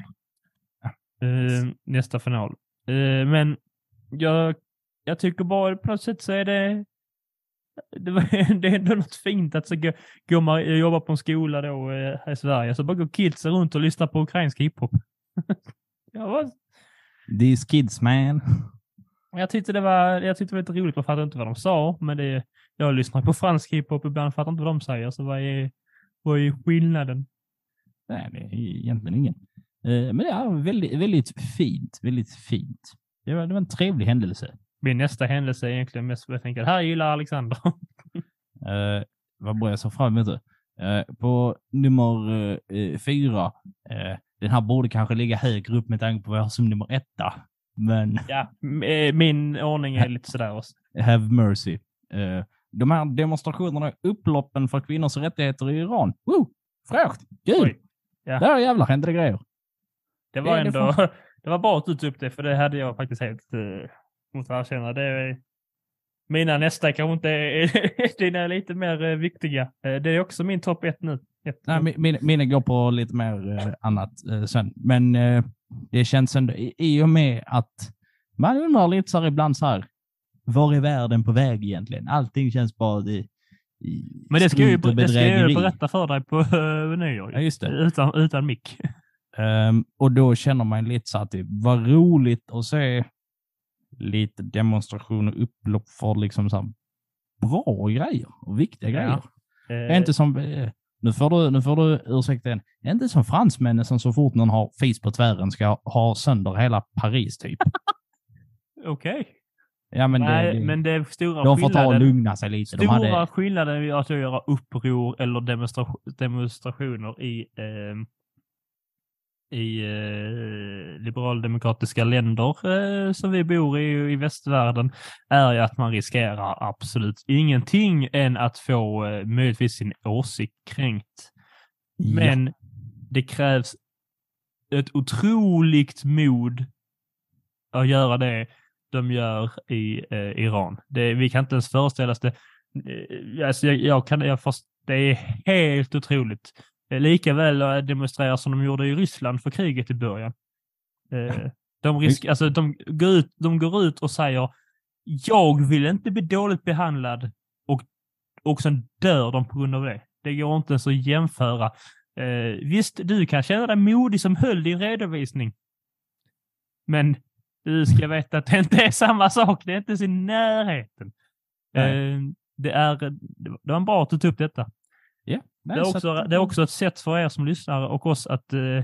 Eh, nästa final. Eh, men jag, jag tycker bara på något sätt så är det det, var, det är ändå något fint att så gå, gå man jobba på en skola då eh, här i Sverige. Så bara gå kids runt och lyssna på ukrainsk hiphop. ja, vad? These kids, man. Jag tyckte det var, jag tyckte det var lite roligt. Jag fattade inte vad de sa. Men det, jag lyssnar på fransk hiphop ibland. Fattar inte vad de säger. Så vad är, vad är skillnaden? Nej, det är egentligen ingen. Uh, men det är väldigt, väldigt fint. Väldigt fint. Det var, det var en trevlig händelse. Min nästa händelse är egentligen mest jag tänker, här gillar Alexander. uh, vad börjar jag så fram emot? Uh, på nummer uh, fyra. Uh, den här borde kanske ligga högre upp med tanke på vad jag har som nummer etta. Men... ja, min ordning är lite sådär också. Have mercy. Uh, de här demonstrationerna, upploppen för kvinnors rättigheter i Iran. Woo! Fräscht! Gud! Ja. Där jävlar hände det grejer. Det var det, ändå... Det, får... det var bra att du tog upp det, för det hade jag faktiskt helt... Uh... mot att erkänna. Det är, mina nästa kanske inte är, dina är lite mer eh, viktiga. Eh, det är också min topp ett nu. Ett. Nej, min, mina går på lite mer eh, annat eh, sen. Men eh, det känns ändå, i, i och med att man undrar lite så här ibland så här, var är världen på väg egentligen? Allting känns bara i, i men det ska jag ju det ska jag ju berätta för dig på uh, nyår. Ja, just det. Utan, utan mick. Um, och då känner man lite så att det var roligt att se lite demonstrationer och upplopp för liksom så här bra grejer och viktiga ja. grejer. Eh. Det är inte som, eh, nu får du, nu får du ursäkta en, det är inte som fransmännen som så fort någon har fis på tvären ska ha sönder hela Paris typ. Okej. Okay. Ja, men Nej, det, men det är stora de får ta och lugna sig lite. Stora de hade... skillnaden är att göra uppror eller demonstra- demonstrationer i eh, i eh, liberaldemokratiska länder eh, som vi bor i i västvärlden är ju att man riskerar absolut ingenting än att få eh, möjligtvis sin åsikt kränkt. Ja. Men det krävs ett otroligt mod att göra det de gör i eh, Iran. Det, vi kan inte ens föreställa oss det. Eh, alltså jag, jag kan, jag först, det är helt otroligt. Lika väl demonstrerar som de gjorde i Ryssland för kriget i början. Eh, de, risk, alltså, de, går ut, de går ut och säger jag vill inte bli dåligt behandlad och, och sen dör de på grund av det. Det går inte ens att jämföra. Eh, visst, du kan känna dig modig som höll din redovisning. Men du ska veta att det inte är samma sak. Det är inte i närheten. Eh, det, är, det var bra att du tog upp detta. Yeah. Nej, det, är också, att... det är också ett sätt för er som lyssnar och oss att eh,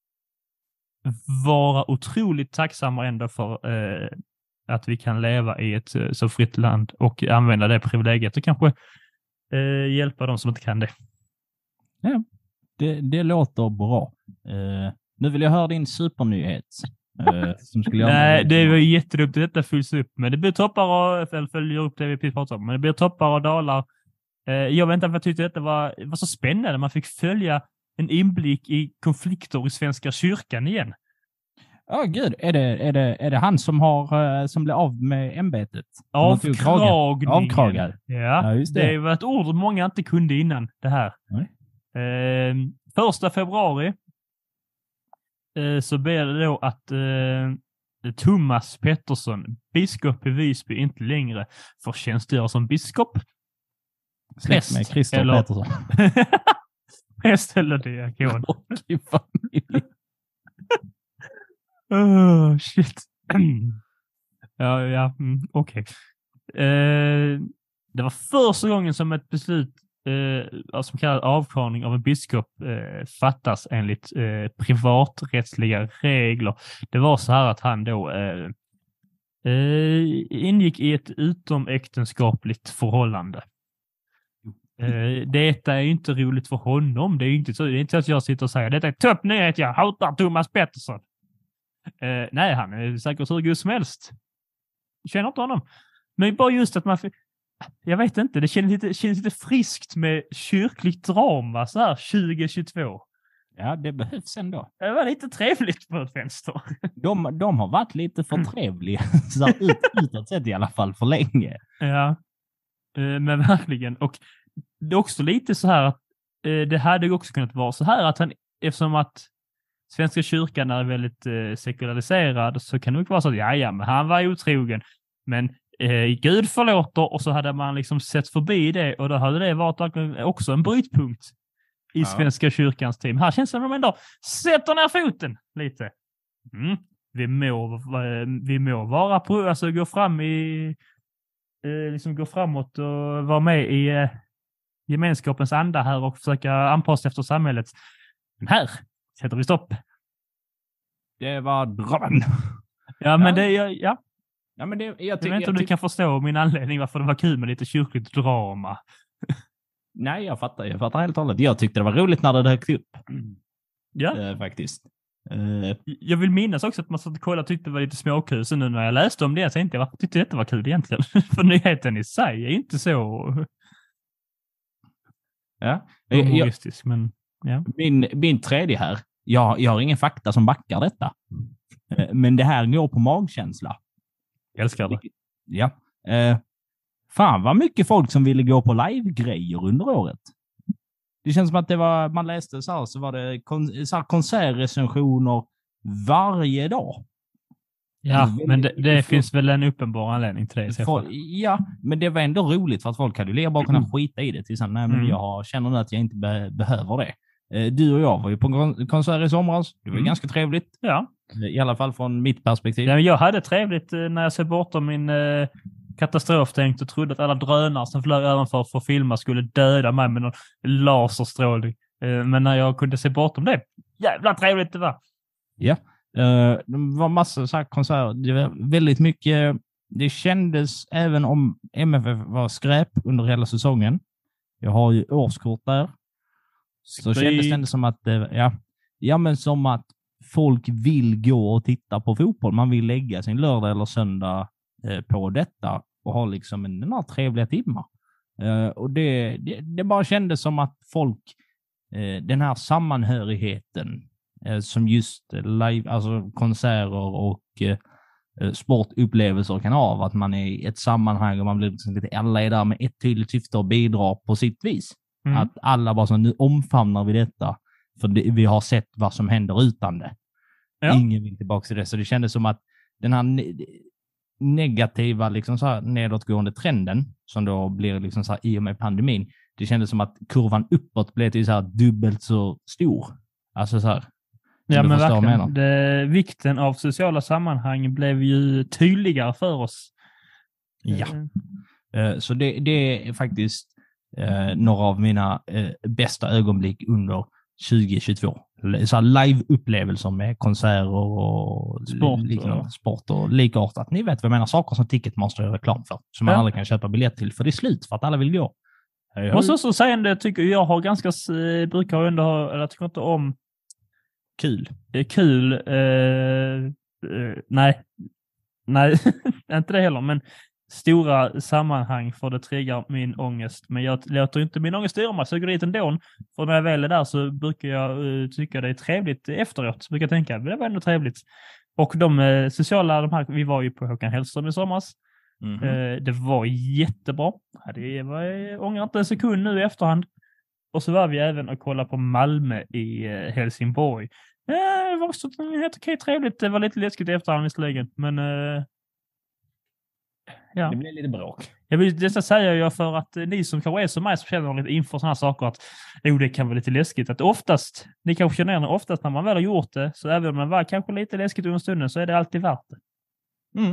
vara otroligt tacksamma ändå för eh, att vi kan leva i ett eh, så fritt land och använda det privilegiet och kanske eh, hjälpa de som inte kan det. Ja, det, det låter bra. Uh, nu vill jag höra din supernyhet. Uh, som skulle Nej, det är ju jättedumt att detta fylls upp, men det blir toppar och eller följer upp det vi precis pratade om, men det blir toppar och dalar. Jag vet inte vad jag tyckte detta var, var så spännande. Man fick följa en inblick i konflikter i Svenska kyrkan igen. Ja, oh, gud. Är det, är, det, är det han som har som blev av med ämbetet? Avkragningen. Avkragad. Ja, ja, just det. Det var ett ord många inte kunde innan det här. Eh, första februari eh, så blev det då att eh, Thomas Pettersson, biskop i Visby, inte längre får tjänstgöra som biskop. Släkt med Christer eller... Pettersson. Präst eller diakon. Och i familj. Oh, shit. ja, ja, mm, okej. Okay. Eh, det var första gången som ett beslut eh, som kallas avkvarning av en biskop eh, fattas enligt eh, privaträttsliga regler. Det var så här att han då eh, eh, ingick i ett utomäktenskapligt förhållande. Uh, detta är inte roligt för honom. Det är inte så, det är inte så att jag sitter och säger detta är topp nyhet, jag hatar Thomas Pettersson. Uh, nej, han är säkert hur god som helst. Jag känner inte honom. Men bara just att man... Jag vet inte, det känns lite, känns lite friskt med kyrkligt drama så här tjugo tjugotvå. Ja, det behövs ändå. Det var lite trevligt på ett vänster. De, de har varit lite för trevliga. Så här, ut, utåt sett i alla fall för länge. Ja, uh, men verkligen. Och det är också lite så här att eh, det hade också kunnat vara så här att han, eftersom att Svenska kyrkan är väldigt eh, sekulariserad, så kan det nog vara så att ja, ja, men han var otrogen. Men eh, Gud förlåter, och så hade man liksom sett förbi det, och då hade det varit också en brytpunkt i ja. Svenska kyrkans team. Här känns det som de ändå sätter ner foten lite. Mm. Vi må, vi må vara på, alltså gå fram i eh, liksom gå framåt och vara med i eh, gemenskapens anda här och försöka anpassa efter samhället. Men här sätter vi stopp. Det var drömmen. Ja, men ja. det ja. Ja, men det jag, jag tycker vet inte om jag du kan förstå min anledning varför det var kul med lite kyrkligt drama. Nej, jag fattar. Jag fattar helt och hållet. Jag tyckte det var roligt när det dök upp. Ja, äh, faktiskt. Uh, jag vill minnas också att man satt och kollade och tyckte det var lite småkul. Så nu när jag läste om det så tänkte jag, varför tyckte detta var kul egentligen? För nyheten i sig är inte så ja. humoristisk. Jag, men, ja. min, min tredje här, jag, jag har ingen fakta som backar detta. Uh, men det här går på magkänsla. Jag älskar det. Ja. Uh, fan vad mycket folk som ville gå på live-grejer under året. Det känns som att det var, man läste så här, så var det kon, så här konsertrecensioner varje dag. Ja, väldigt, men det, det finns väl en uppenbar anledning till det. Folk, ja, men det var ändå roligt för att folk hade ju bara kunnat mm. skita i det. Till nej, men mm. jag känner nu att jag inte be, behöver det. Du och jag var ju på en konsert i somras. Det var mm. ganska trevligt. Ja. I alla fall från mitt perspektiv. Ja, men jag hade trevligt när jag såg bortom min... Eh... katastroftänkt och trodde att alla drönare som flög ovanför för att filma skulle döda mig med någon laserstrålning. Men när jag kunde se bortom det, jävla trevligt det var. Ja, det var massor så här konserter. Det var väldigt mycket, det kändes även om M F F var skräp under hela säsongen. Jag har ju årskort där. Så Skri... kändes det ändå som att, ja, ja men som att folk vill gå och titta på fotboll. Man vill lägga sin lördag eller söndag på detta och ha liksom en, en trevliga timmar. Uh, och det, det, det bara kändes som att folk, uh, den här sammanhörigheten uh, som just live, alltså konserter och uh, sportupplevelser kan ha, att man är i ett sammanhang och man blir liksom lite, alla är där med ett tydligt syfte och bidrar på sitt vis. Mm. Att alla bara så, nu omfamnar vi detta för det, vi har sett vad som händer utan det. Ja. Ingen vill tillbaka till det, så det kändes som att den här negativa liksom så här nedåtgående trenden som då blir liksom så här i och med pandemin, det kändes som att kurvan uppåt blev till så här dubbelt så stor. Alltså så här. Ja, men verkligen. Det, vikten av sociala sammanhang blev ju tydligare för oss. Ja. Uh, så det, det är faktiskt uh, några av mina uh, bästa ögonblick under tjugo tjugotvå. Så här live-upplevelser med konserter och sport, liknande, och sport och likartat. Ni vet vad jag menar, saker som Ticketmaster är reklam för. Som man ja. aldrig kan köpa biljett till, för det är slut för att alla vill gå. Jag måste också säga det, tycker jag har ganska, brukar ändå ha, eller jag tycker inte om kul. Kul, eh, eh, nej, nej, inte det heller, men stora sammanhang för det triggar min ångest. Men jag låter inte min ångest styra mig, så jag går dit ändå. För när jag väl är där så brukar jag uh, tycka det är trevligt efteråt. Så brukar jag tänka, det var ändå trevligt. Och de uh, sociala, de här, vi var ju på Håkan Hellström i somras. Mm-hmm. Uh, det var jättebra. Det var, jag ångrar inte en sekund nu i efterhand. Och så var vi även och kollade på Malmö i uh, Helsingborg. Ja, det var också helt okej, trevligt. Det var lite läskigt i efterhand visserligen, men uh, ja. Det blev lite bråk. Jag vill, detta säger jag för att uh, ni som kanske är som mig som känner lite inför sådana här saker att jo, det kan vara lite läskigt. Att oftast, ni kanske känner igen oftast när man väl har gjort det, så även om det var kanske lite läskigt under stunden så är det alltid värt det. Mm.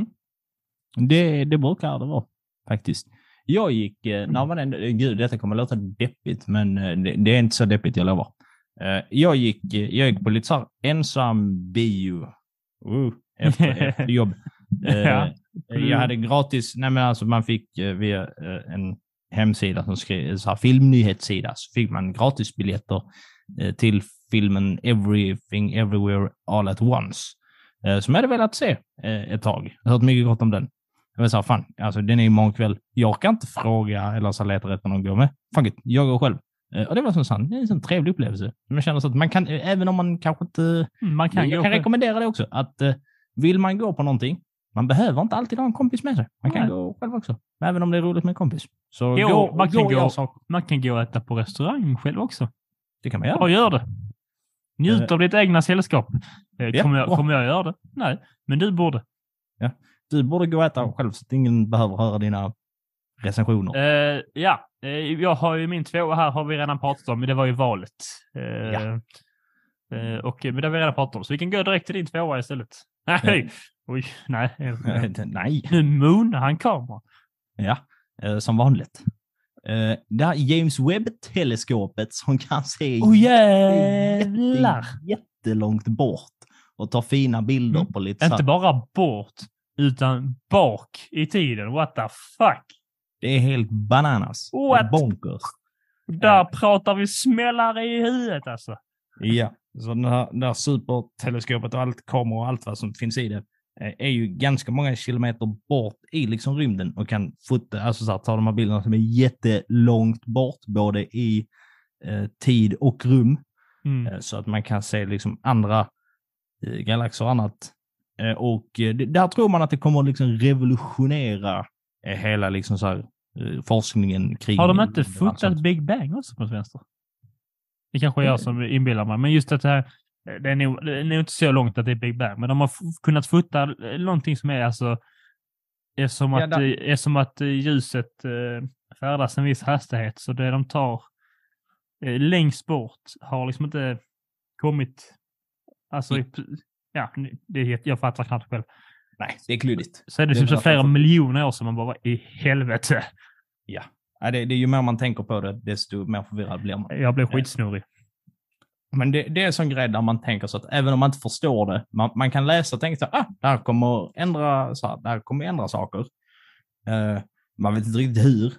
Det, det brukar det vara, faktiskt. Jag gick, mm. när man ändå, gud, detta kommer låta deppigt, men det, det är inte så deppigt, jag lovar. Jag gick, jag gick på lite så här ensam bio uh, efter, efter jobb. Ja. Jag hade gratis, nej men alltså man fick via en hemsida som skrev, så här filmnyhetssida, så fick man gratis biljetter till filmen Everything Everywhere All at Once. Som jag hade velat se ett tag. Jag har hört mycket gott om den. Jag vill säga, fan, alltså den är imorgon kväll. Jag kan inte fråga eller så leta rätt någon går med. Fan, jag går själv. Och det var så sant. Det är en sån trevlig upplevelse. Man känner så att man kan, även om man kanske inte... Man kan jag kan själv. rekommendera det också. Att vill man gå på någonting, man behöver inte alltid ha en kompis med sig. Man kan Nej. gå själv också. Även om det är roligt med en kompis. Så jo, gå, man, kan gå, gå, man kan gå och äta på restaurang själv också. Det kan man göra. Ja, gör det. Njut uh, av ditt egna sällskap. Ja, kommer, jag, kommer jag göra det? Nej, men du borde. Ja. Du borde gå och äta själv så att ingen behöver höra dina recensioner. Uh, ja, uh, jag har ju min tvåa här har vi redan pratat om, men det var ju valet. Uh, ja. uh, och, men det har vi redan pratat om, så vi kan gå direkt till din tvåa istället. Nej, ja. Oj, nej. nej. Nu moonar han kamera. Ja, uh, som vanligt. Uh, det här James Webb-teleskopet som kan se oh, jävlar. Jätte, jättelångt bort och ta fina bilder mm. på lite Inte så. bara bort, utan bak i tiden. What the fuck? Det är helt bananas. What? Bonkers. Där uh. pratar vi smällare i huvudet alltså. Ja, så det här, det här superteleskopet och allt kameror och allt vad som finns i det är ju ganska många kilometer bort i liksom rymden och kan fota, alltså så här, ta de här bilderna som är jättelångt bort både i eh, tid och rum mm. eh, så att man kan se liksom andra eh, galaxer och annat eh, och eh, där tror man att det kommer liksom revolutionera eh, hela liksom så här, eh, forskningen kring... Har de inte fotat Big Bang också på vänster? Det kanske är jag som inbillar mig, men just att det här Det är, nog, det är nog inte så långt att det är Big Bang, men de har f- kunnat fota någonting som är alltså är som att, ja, är som att ljuset eh, färdas en viss hastighet, så det de tar eh, längst bort har liksom inte kommit alltså mm. ja, det är, jag fattar knappt själv. Nej, det är kluddigt. Så är det, det typ så flera för... miljoner år som man bara i helvete. Ja, ja det, det är ju mer man tänker på det, desto mer förvirrad blir man. Jag blir skitsnorig. Men det, det är en sån grej där man tänker så att även om man inte förstår det, man, man kan läsa och tänka så ah, det här kommer ändra, så här, det här kommer ändra saker. Uh, man vet inte riktigt hur.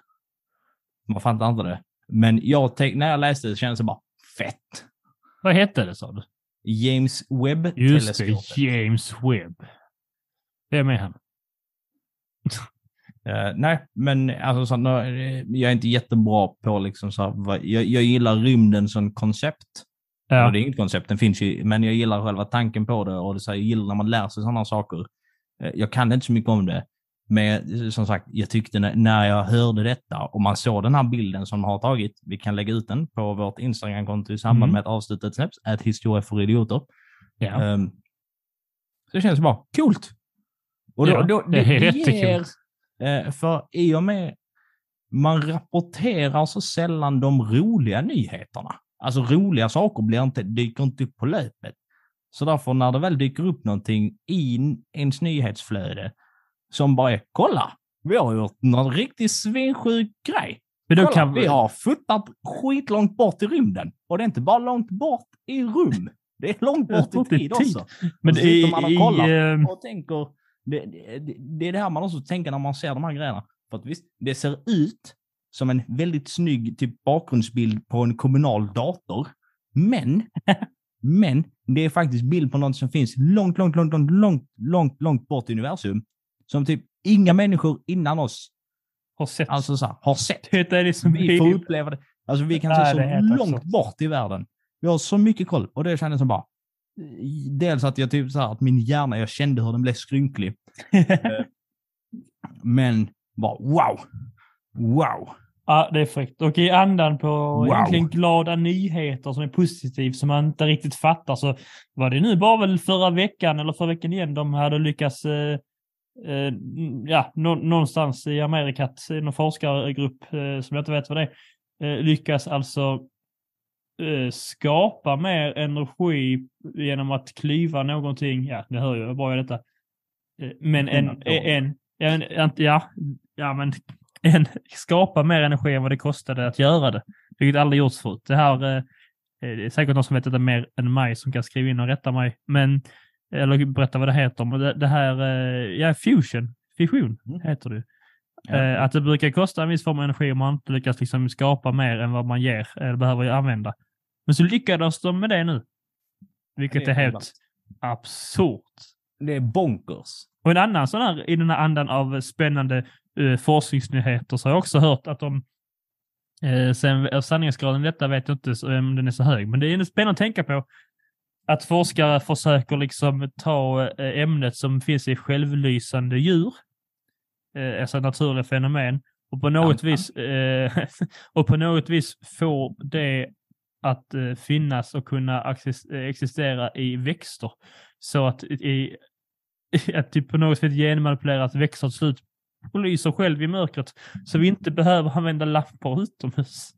Man fattar inte det. Men jag tänk, när jag läste det kändes det bara fett. Vad hette det, sa du? James Webb-teleskopet. Just det, James Webb. Det är med han. Uh, nej, men alltså, så, no, jag är inte jättebra på liksom, så här, jag, jag gillar rymden som koncept. Ja. Och det är inget koncept, den finns ju, men jag gillar själva tanken på det och det, så här, jag gillar när man lär sig sådana saker. Jag kan inte så mycket om det, men som sagt, jag tyckte när, när jag hörde detta och man såg den här bilden som de har tagit, vi kan lägga ut den på vårt Instagram-konto i samband mm. med att avslutet släpps, ett historia för idioter. Ja. Um, så det känns bara coolt. Och då, ja, då, det, det är jättekul. Uh, för i och med man rapporterar så sällan de roliga nyheterna. Alltså roliga saker blir inte, dyker inte upp på löpet. Så därför när det väl dyker upp någonting i ens nyhetsflöde som bara är, kolla, vi har gjort någon riktigt svensjuk grej. Men kolla, kan... vi har fotat skitlångt bort i rymden. Och det är inte bara långt bort i rum. Det är långt bort i tid också. Men det är man och kollar och tänker, det, det, det är det här man också tänker när man ser de här grejerna. För att visst, det ser ut som en väldigt snygg typ bakgrundsbild på en kommunal dator. Men, men det är faktiskt bild på något som finns långt, långt, långt, långt, långt, långt, långt bort i universum. Som typ inga människor innan oss har sett. Alltså så här, har sett. Det är det som vi får uppleva det. Alltså vi kan se så långt också bort i världen. Vi har så mycket koll. Och det kändes som bara, dels att jag typ så här, att min hjärna, jag kände hur den blev skrynklig. Men bara wow. Wow. Ja, det är fräckt. Och i andan på Wow. egentligen glada nyheter som är positivt, som man inte riktigt fattar, så var det nu bara väl förra veckan eller förra veckan igen de hade lyckats eh, eh, ja, nå- någonstans i Amerika, någon forskargrupp eh, som jag inte vet vad det är, eh, lyckas alltså eh, skapa mer energi genom att klyva någonting. Ja, det hör ju bara detta. Eh, men en, en, en, en ja, ja, men en, skapa mer energi än vad det kostade att göra det. Vilket aldrig gjorts förut. Det här eh, det är säkert någon som vet detta mer än mig som kan skriva in och rätta mig. Men, eller berätta vad det heter. Men det, det här, eh, ja, fusion. Fission heter det. Ja. Eh, att det brukar kosta en viss form av energi om man inte lyckas liksom skapa mer än vad man ger eller behöver använda. Men så lyckades de med det nu. Vilket det är är helt helt absurt. Det är bonkers. Och en annan sån här, i den här andan av spännande uh, forskningsnyheter, så har jag också hört att de, uh, sen sanningsgraden i detta vet jag inte om den är så hög, men det är spännande att tänka på att forskare försöker liksom ta uh, ämnet som finns i självlysande djur, uh, alltså naturliga fenomen, och på något ja, vis uh, och på något vis få det att uh, finnas och kunna axis- existera i växter, så att i att typ på något sätt genmanipulera att växter till slut lyser själv i mörkret, så vi inte behöver använda lampor utomhus.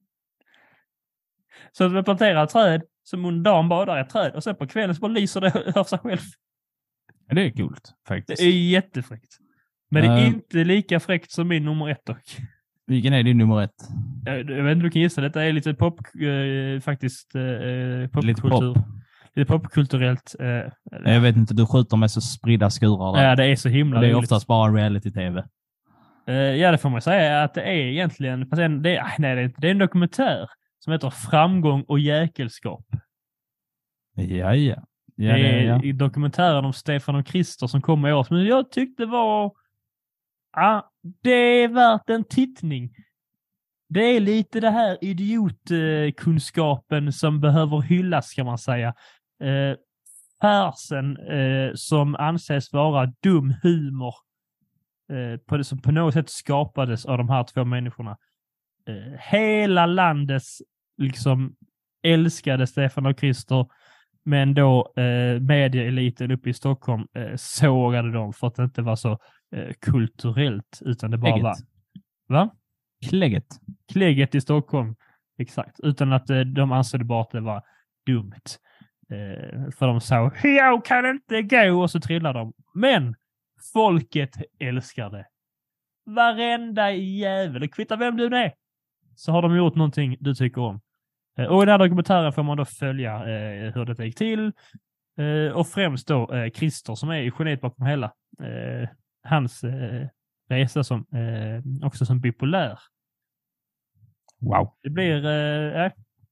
Så att vi planterar ett träd som under dagen badar i ett träd och sen på kvällen så bara lyser det av sig själv. Det är coolt faktiskt. Det är jättefräckt. Men det är Uh, inte lika fräckt som min nummer ett dock. Vilken är din nummer ett? Jag, jag vet inte, du kan gissa. Detta är lite pop, eh, faktiskt eh, popkultur. Lite pop. Lite popkulturellt. Eh, Jag vet inte, du skjuter med så spridda skurar där. ja, det är så himla Det är roligt. oftast bara reality-tv. Uh, ja, det får man säga att det är egentligen, fast en, det, är, nej, det, är, det är en dokumentär som heter Framgång och jäkelskap. Ja, ja. ja, det är ja. i dokumentären om Stefan och Krister som kom i år, men jag tyckte var, ja, det är värt en tittning. Det är lite det här idiotkunskapen som behöver hyllas, kan man säga. Uh, Farsen uh, som anses vara dum humor uh, på det som på något sätt skapades av de här två människorna. Uh, hela landets liksom älskade Stefan och Krister, men då uh, medieeliten uppe i Stockholm uh, sågade dem för att det inte var så uh, kulturellt, utan det bara Klägget. var. Va? Klägget. Klägget i Stockholm. Exakt. Utan att uh, de ansåg bara att det var dumt. Uh, för de sa, jag kan inte gå, och så trillar de. Men folket älskar det. Varenda jävel, det kvittar vem du är, så har de gjort någonting du tycker om. Uh, och i den här dokumentären får man då följa uh, hur det gick till. Uh, och främst då uh, Krister som är i geniet bakom hela. Uh, hans uh, resa som uh, också som bipolär. Wow. Det blir, uh, uh,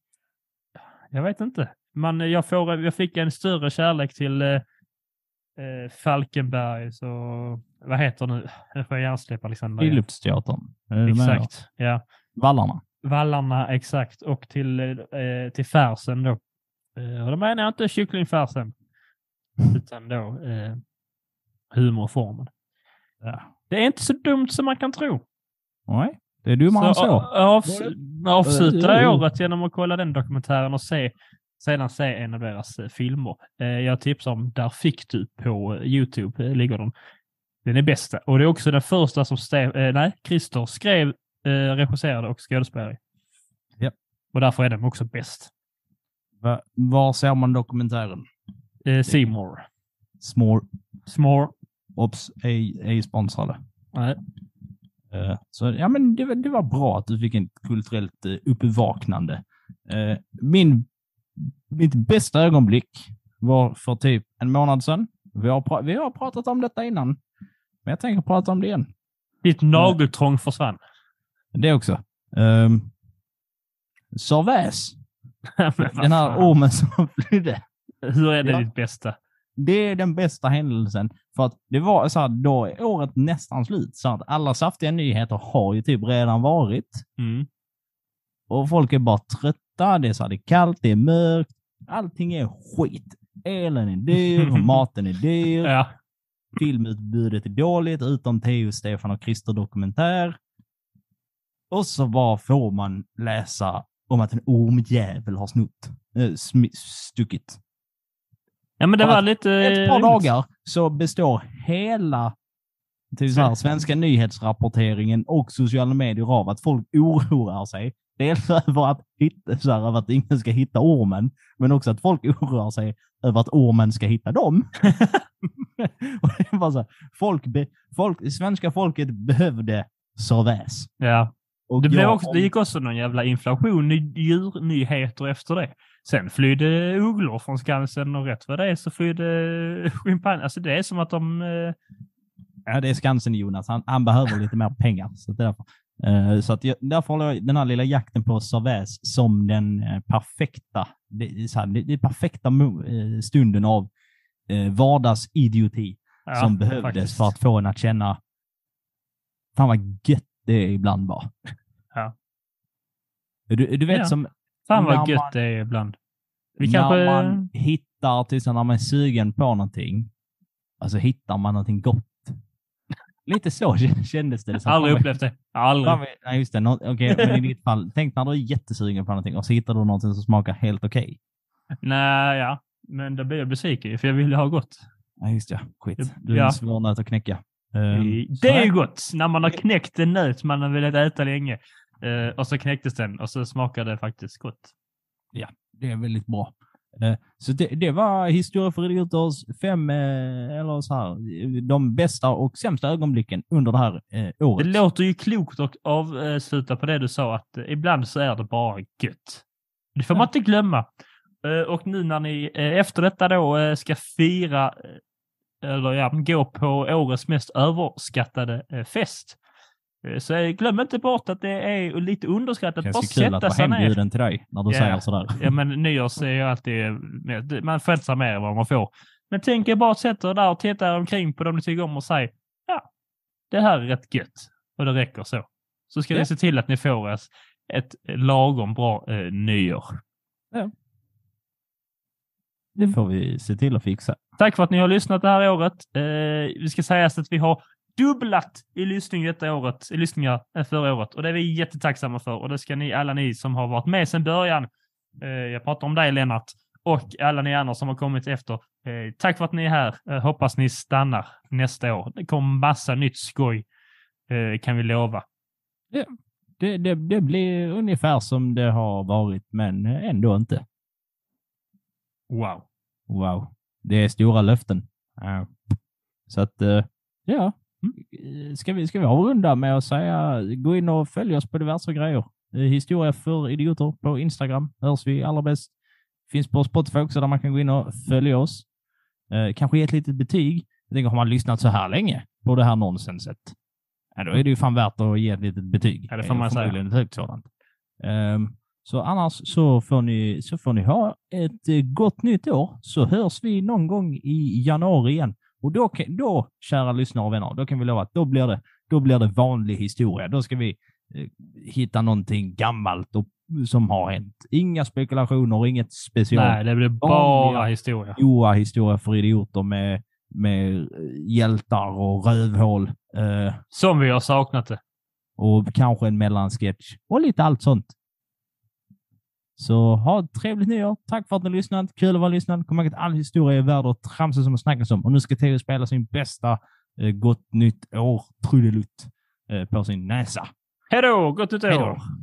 jag vet inte. Man, jag, får, jag fick en större kärlek till uh, uh, Falkenberg, så vad heter nu? Jag får hjärnsläpp, Alexander. Philipsteatern. Exakt, ja. Vallarna. Vallarna, exakt. Och till, uh, till färsen då. Uh, och då menar jag inte kycklingfärsen, utan då uh, humorformen. Ja. Det är inte så dumt som man kan tro. Nej, det är dummare än så. Avs- avsluta Uh, uh. året genom att kolla den dokumentären och se, sedan se en av deras uh, filmer. Uh, jag tipsar om Där fick du på uh, YouTube. Uh, ligger den. Den är bästa. Och det är också den första som Ste- uh, nej, Krister skrev, uh, regisserade och skådespelade. Ja. Och därför är den också bäst. Va, var ser man dokumentären? Uh, Seymour. Small. Small. Ops, ej, ej sponsrade. Nej. Uh, så ja, men det, var- det var bra att du fick en kulturellt uh, uppvaknande. Uh, min, mitt bästa ögonblick var för typ en månad sedan. Vi har, pra- vi har pratat om detta innan, men jag tänker prata om det igen. Ditt nageltrång försvann. Det också. Um, Sarväs. Men vad Den här fan. ormen som flydde. Hur är det Ja. ditt bästa? Det är den bästa händelsen. För att det var så här, då är året nästan slut. Så att alla saftiga nyheter har ju typ redan varit. Mm. Och folk är bara trötta. Det är så här, det är kallt, det är mörkt. Allting är skit. Elen är dyr, maten är dyr. Ja. Filmutbudet är dåligt, utom Theo, Stefan och Krister dokumentär. Och så bara får man läsa om att en ormjävel har snott, äh, sm- stuckit. Ja, men det var lite... Ett par roligt. dagar så består hela till så här, svenska nyhetsrapporteringen och sociala medier av att folk oroar sig. Dels över att, hitta, så här, över att ingen ska hitta ormen, men också att folk oroar sig över att ormen ska hitta dem. Och det var så här, folk, be, folk, svenska folket behövde Servais. Ja. Och Det, blev jag, också, det gick också någon jävla inflation i djurnyheter efter det. Sen flydde ugglor från Skansen och rätt vad det är så flydde schimpanser. Alltså det är som att de... Eh... Ja, det är Skansen, Jonas. Han, han behöver lite mer pengar. Så därför, uh, så att jag, därför håller jag den här lilla jakten på Servais som den uh, perfekta det, så här, det, det perfekta uh, stunden av uh, vardagsidioti Ja, som behövdes faktiskt. för att få en att känna fan vad gött det är ibland bara. Ja. Du, du vet Ja. som... Fan vad när gött man, det är ibland. Vi när kanske... man hittar, till när man är sugen på någonting, alltså hittar man någonting gott. Lite så kändes det. Aldrig upplevt det. Aldrig. Nej, just det. Nå, okay, men i ditt fall, tänk när du är jättesugen på någonting och så hittar du någonting som smakar helt okej. Okay. Nej, ja. Men då blir jag besviken för jag vill ha gott. Ja, just det. Skit. Du är Ja. en svår nöt att knäcka. Um, det är ju gott när man har knäckt en nöt man har velat äta länge. Uh, och så knäcktes den och så smakade det faktiskt gott. Ja, det är väldigt bra. Uh, så det, det var Historia för idioters fem, uh, eller så här, de bästa och sämsta ögonblicken under det här uh, året. Det låter ju klokt att avsluta på det du sa att uh, ibland så är det bara gött. Det får man inte glömma. Uh, och nu när ni uh, efter detta då uh, ska fira uh, eller ja, gå på årets mest överskattade uh, fest. Så glöm inte bort att det är lite underskattat. Det bara känns ju kul att vara hembjuden till dig när du ja. säger sådär. Ja, men nyårs är ju alltid... Man förväntar mer än vad man får. Men tänk er bara att sätta er där och titta omkring på dem ni tycker om och säga ja, det här är rätt gött. Och det räcker så. Så ska ja. ni se till att ni får ett, ett lagom bra eh, nyår. Ja. Det får vi se till att fixa. Tack för att ni har lyssnat det här året. Eh, vi ska säga att vi har dubblat i lyssning detta året, i lyssningar förra året. Och det är vi jättetacksamma för. Och det ska ni, alla ni som har varit med sedan början. Eh, jag pratar om dig, Lennart. Och alla ni andra som har kommit efter. Eh, tack för att ni är här. Eh, hoppas ni stannar nästa år. Det kommer massa nytt skoj. Eh, kan vi lova. Ja, det, det, det blir ungefär som det har varit, men ändå inte. Wow. Wow. Det är stora löften. Uh, så att, uh, ja. Mm. Ska vi, ska vi avrunda med att säga, gå in och följ oss på diverse grejer. Uh, Historia för idioter på Instagram. Hörs vi allra bäst. Finns på Spotify också där man kan gå in och följa oss. Uh, kanske ge ett litet betyg. Jag tänker, har man lyssnat så här länge på det här nonsenset, ja, då är det ju fan värt att ge ett litet betyg. Ja, det får man säga. Ett högt sådant. Um, Så annars så får ni, så får ni ha ett gott nytt år. Så hörs vi någon gång i januari igen. Och då, då kära lyssnare och vänner, då kan vi lova att då blir det, då blir det vanlig historia. Då ska vi eh, hitta någonting gammalt och, som har hänt. Inga spekulationer, inget special. Nej, det blir bara historia. Goa historia för idioter med, med hjältar och rövhål. Eh, som vi har saknat det. Och kanske en mellansketch. Och lite allt sånt. Så ha ett trevligt nyår. Tack för att ni har lyssnat. Kul att vara lyssnad. Kom ihåg att all historia är värd att tramsa som och snackas om. Och nu ska Theo spela sin bästa eh, gott nytt år trudelutt eh, på sin näsa. Hej då! Gott nytt år! Hej då!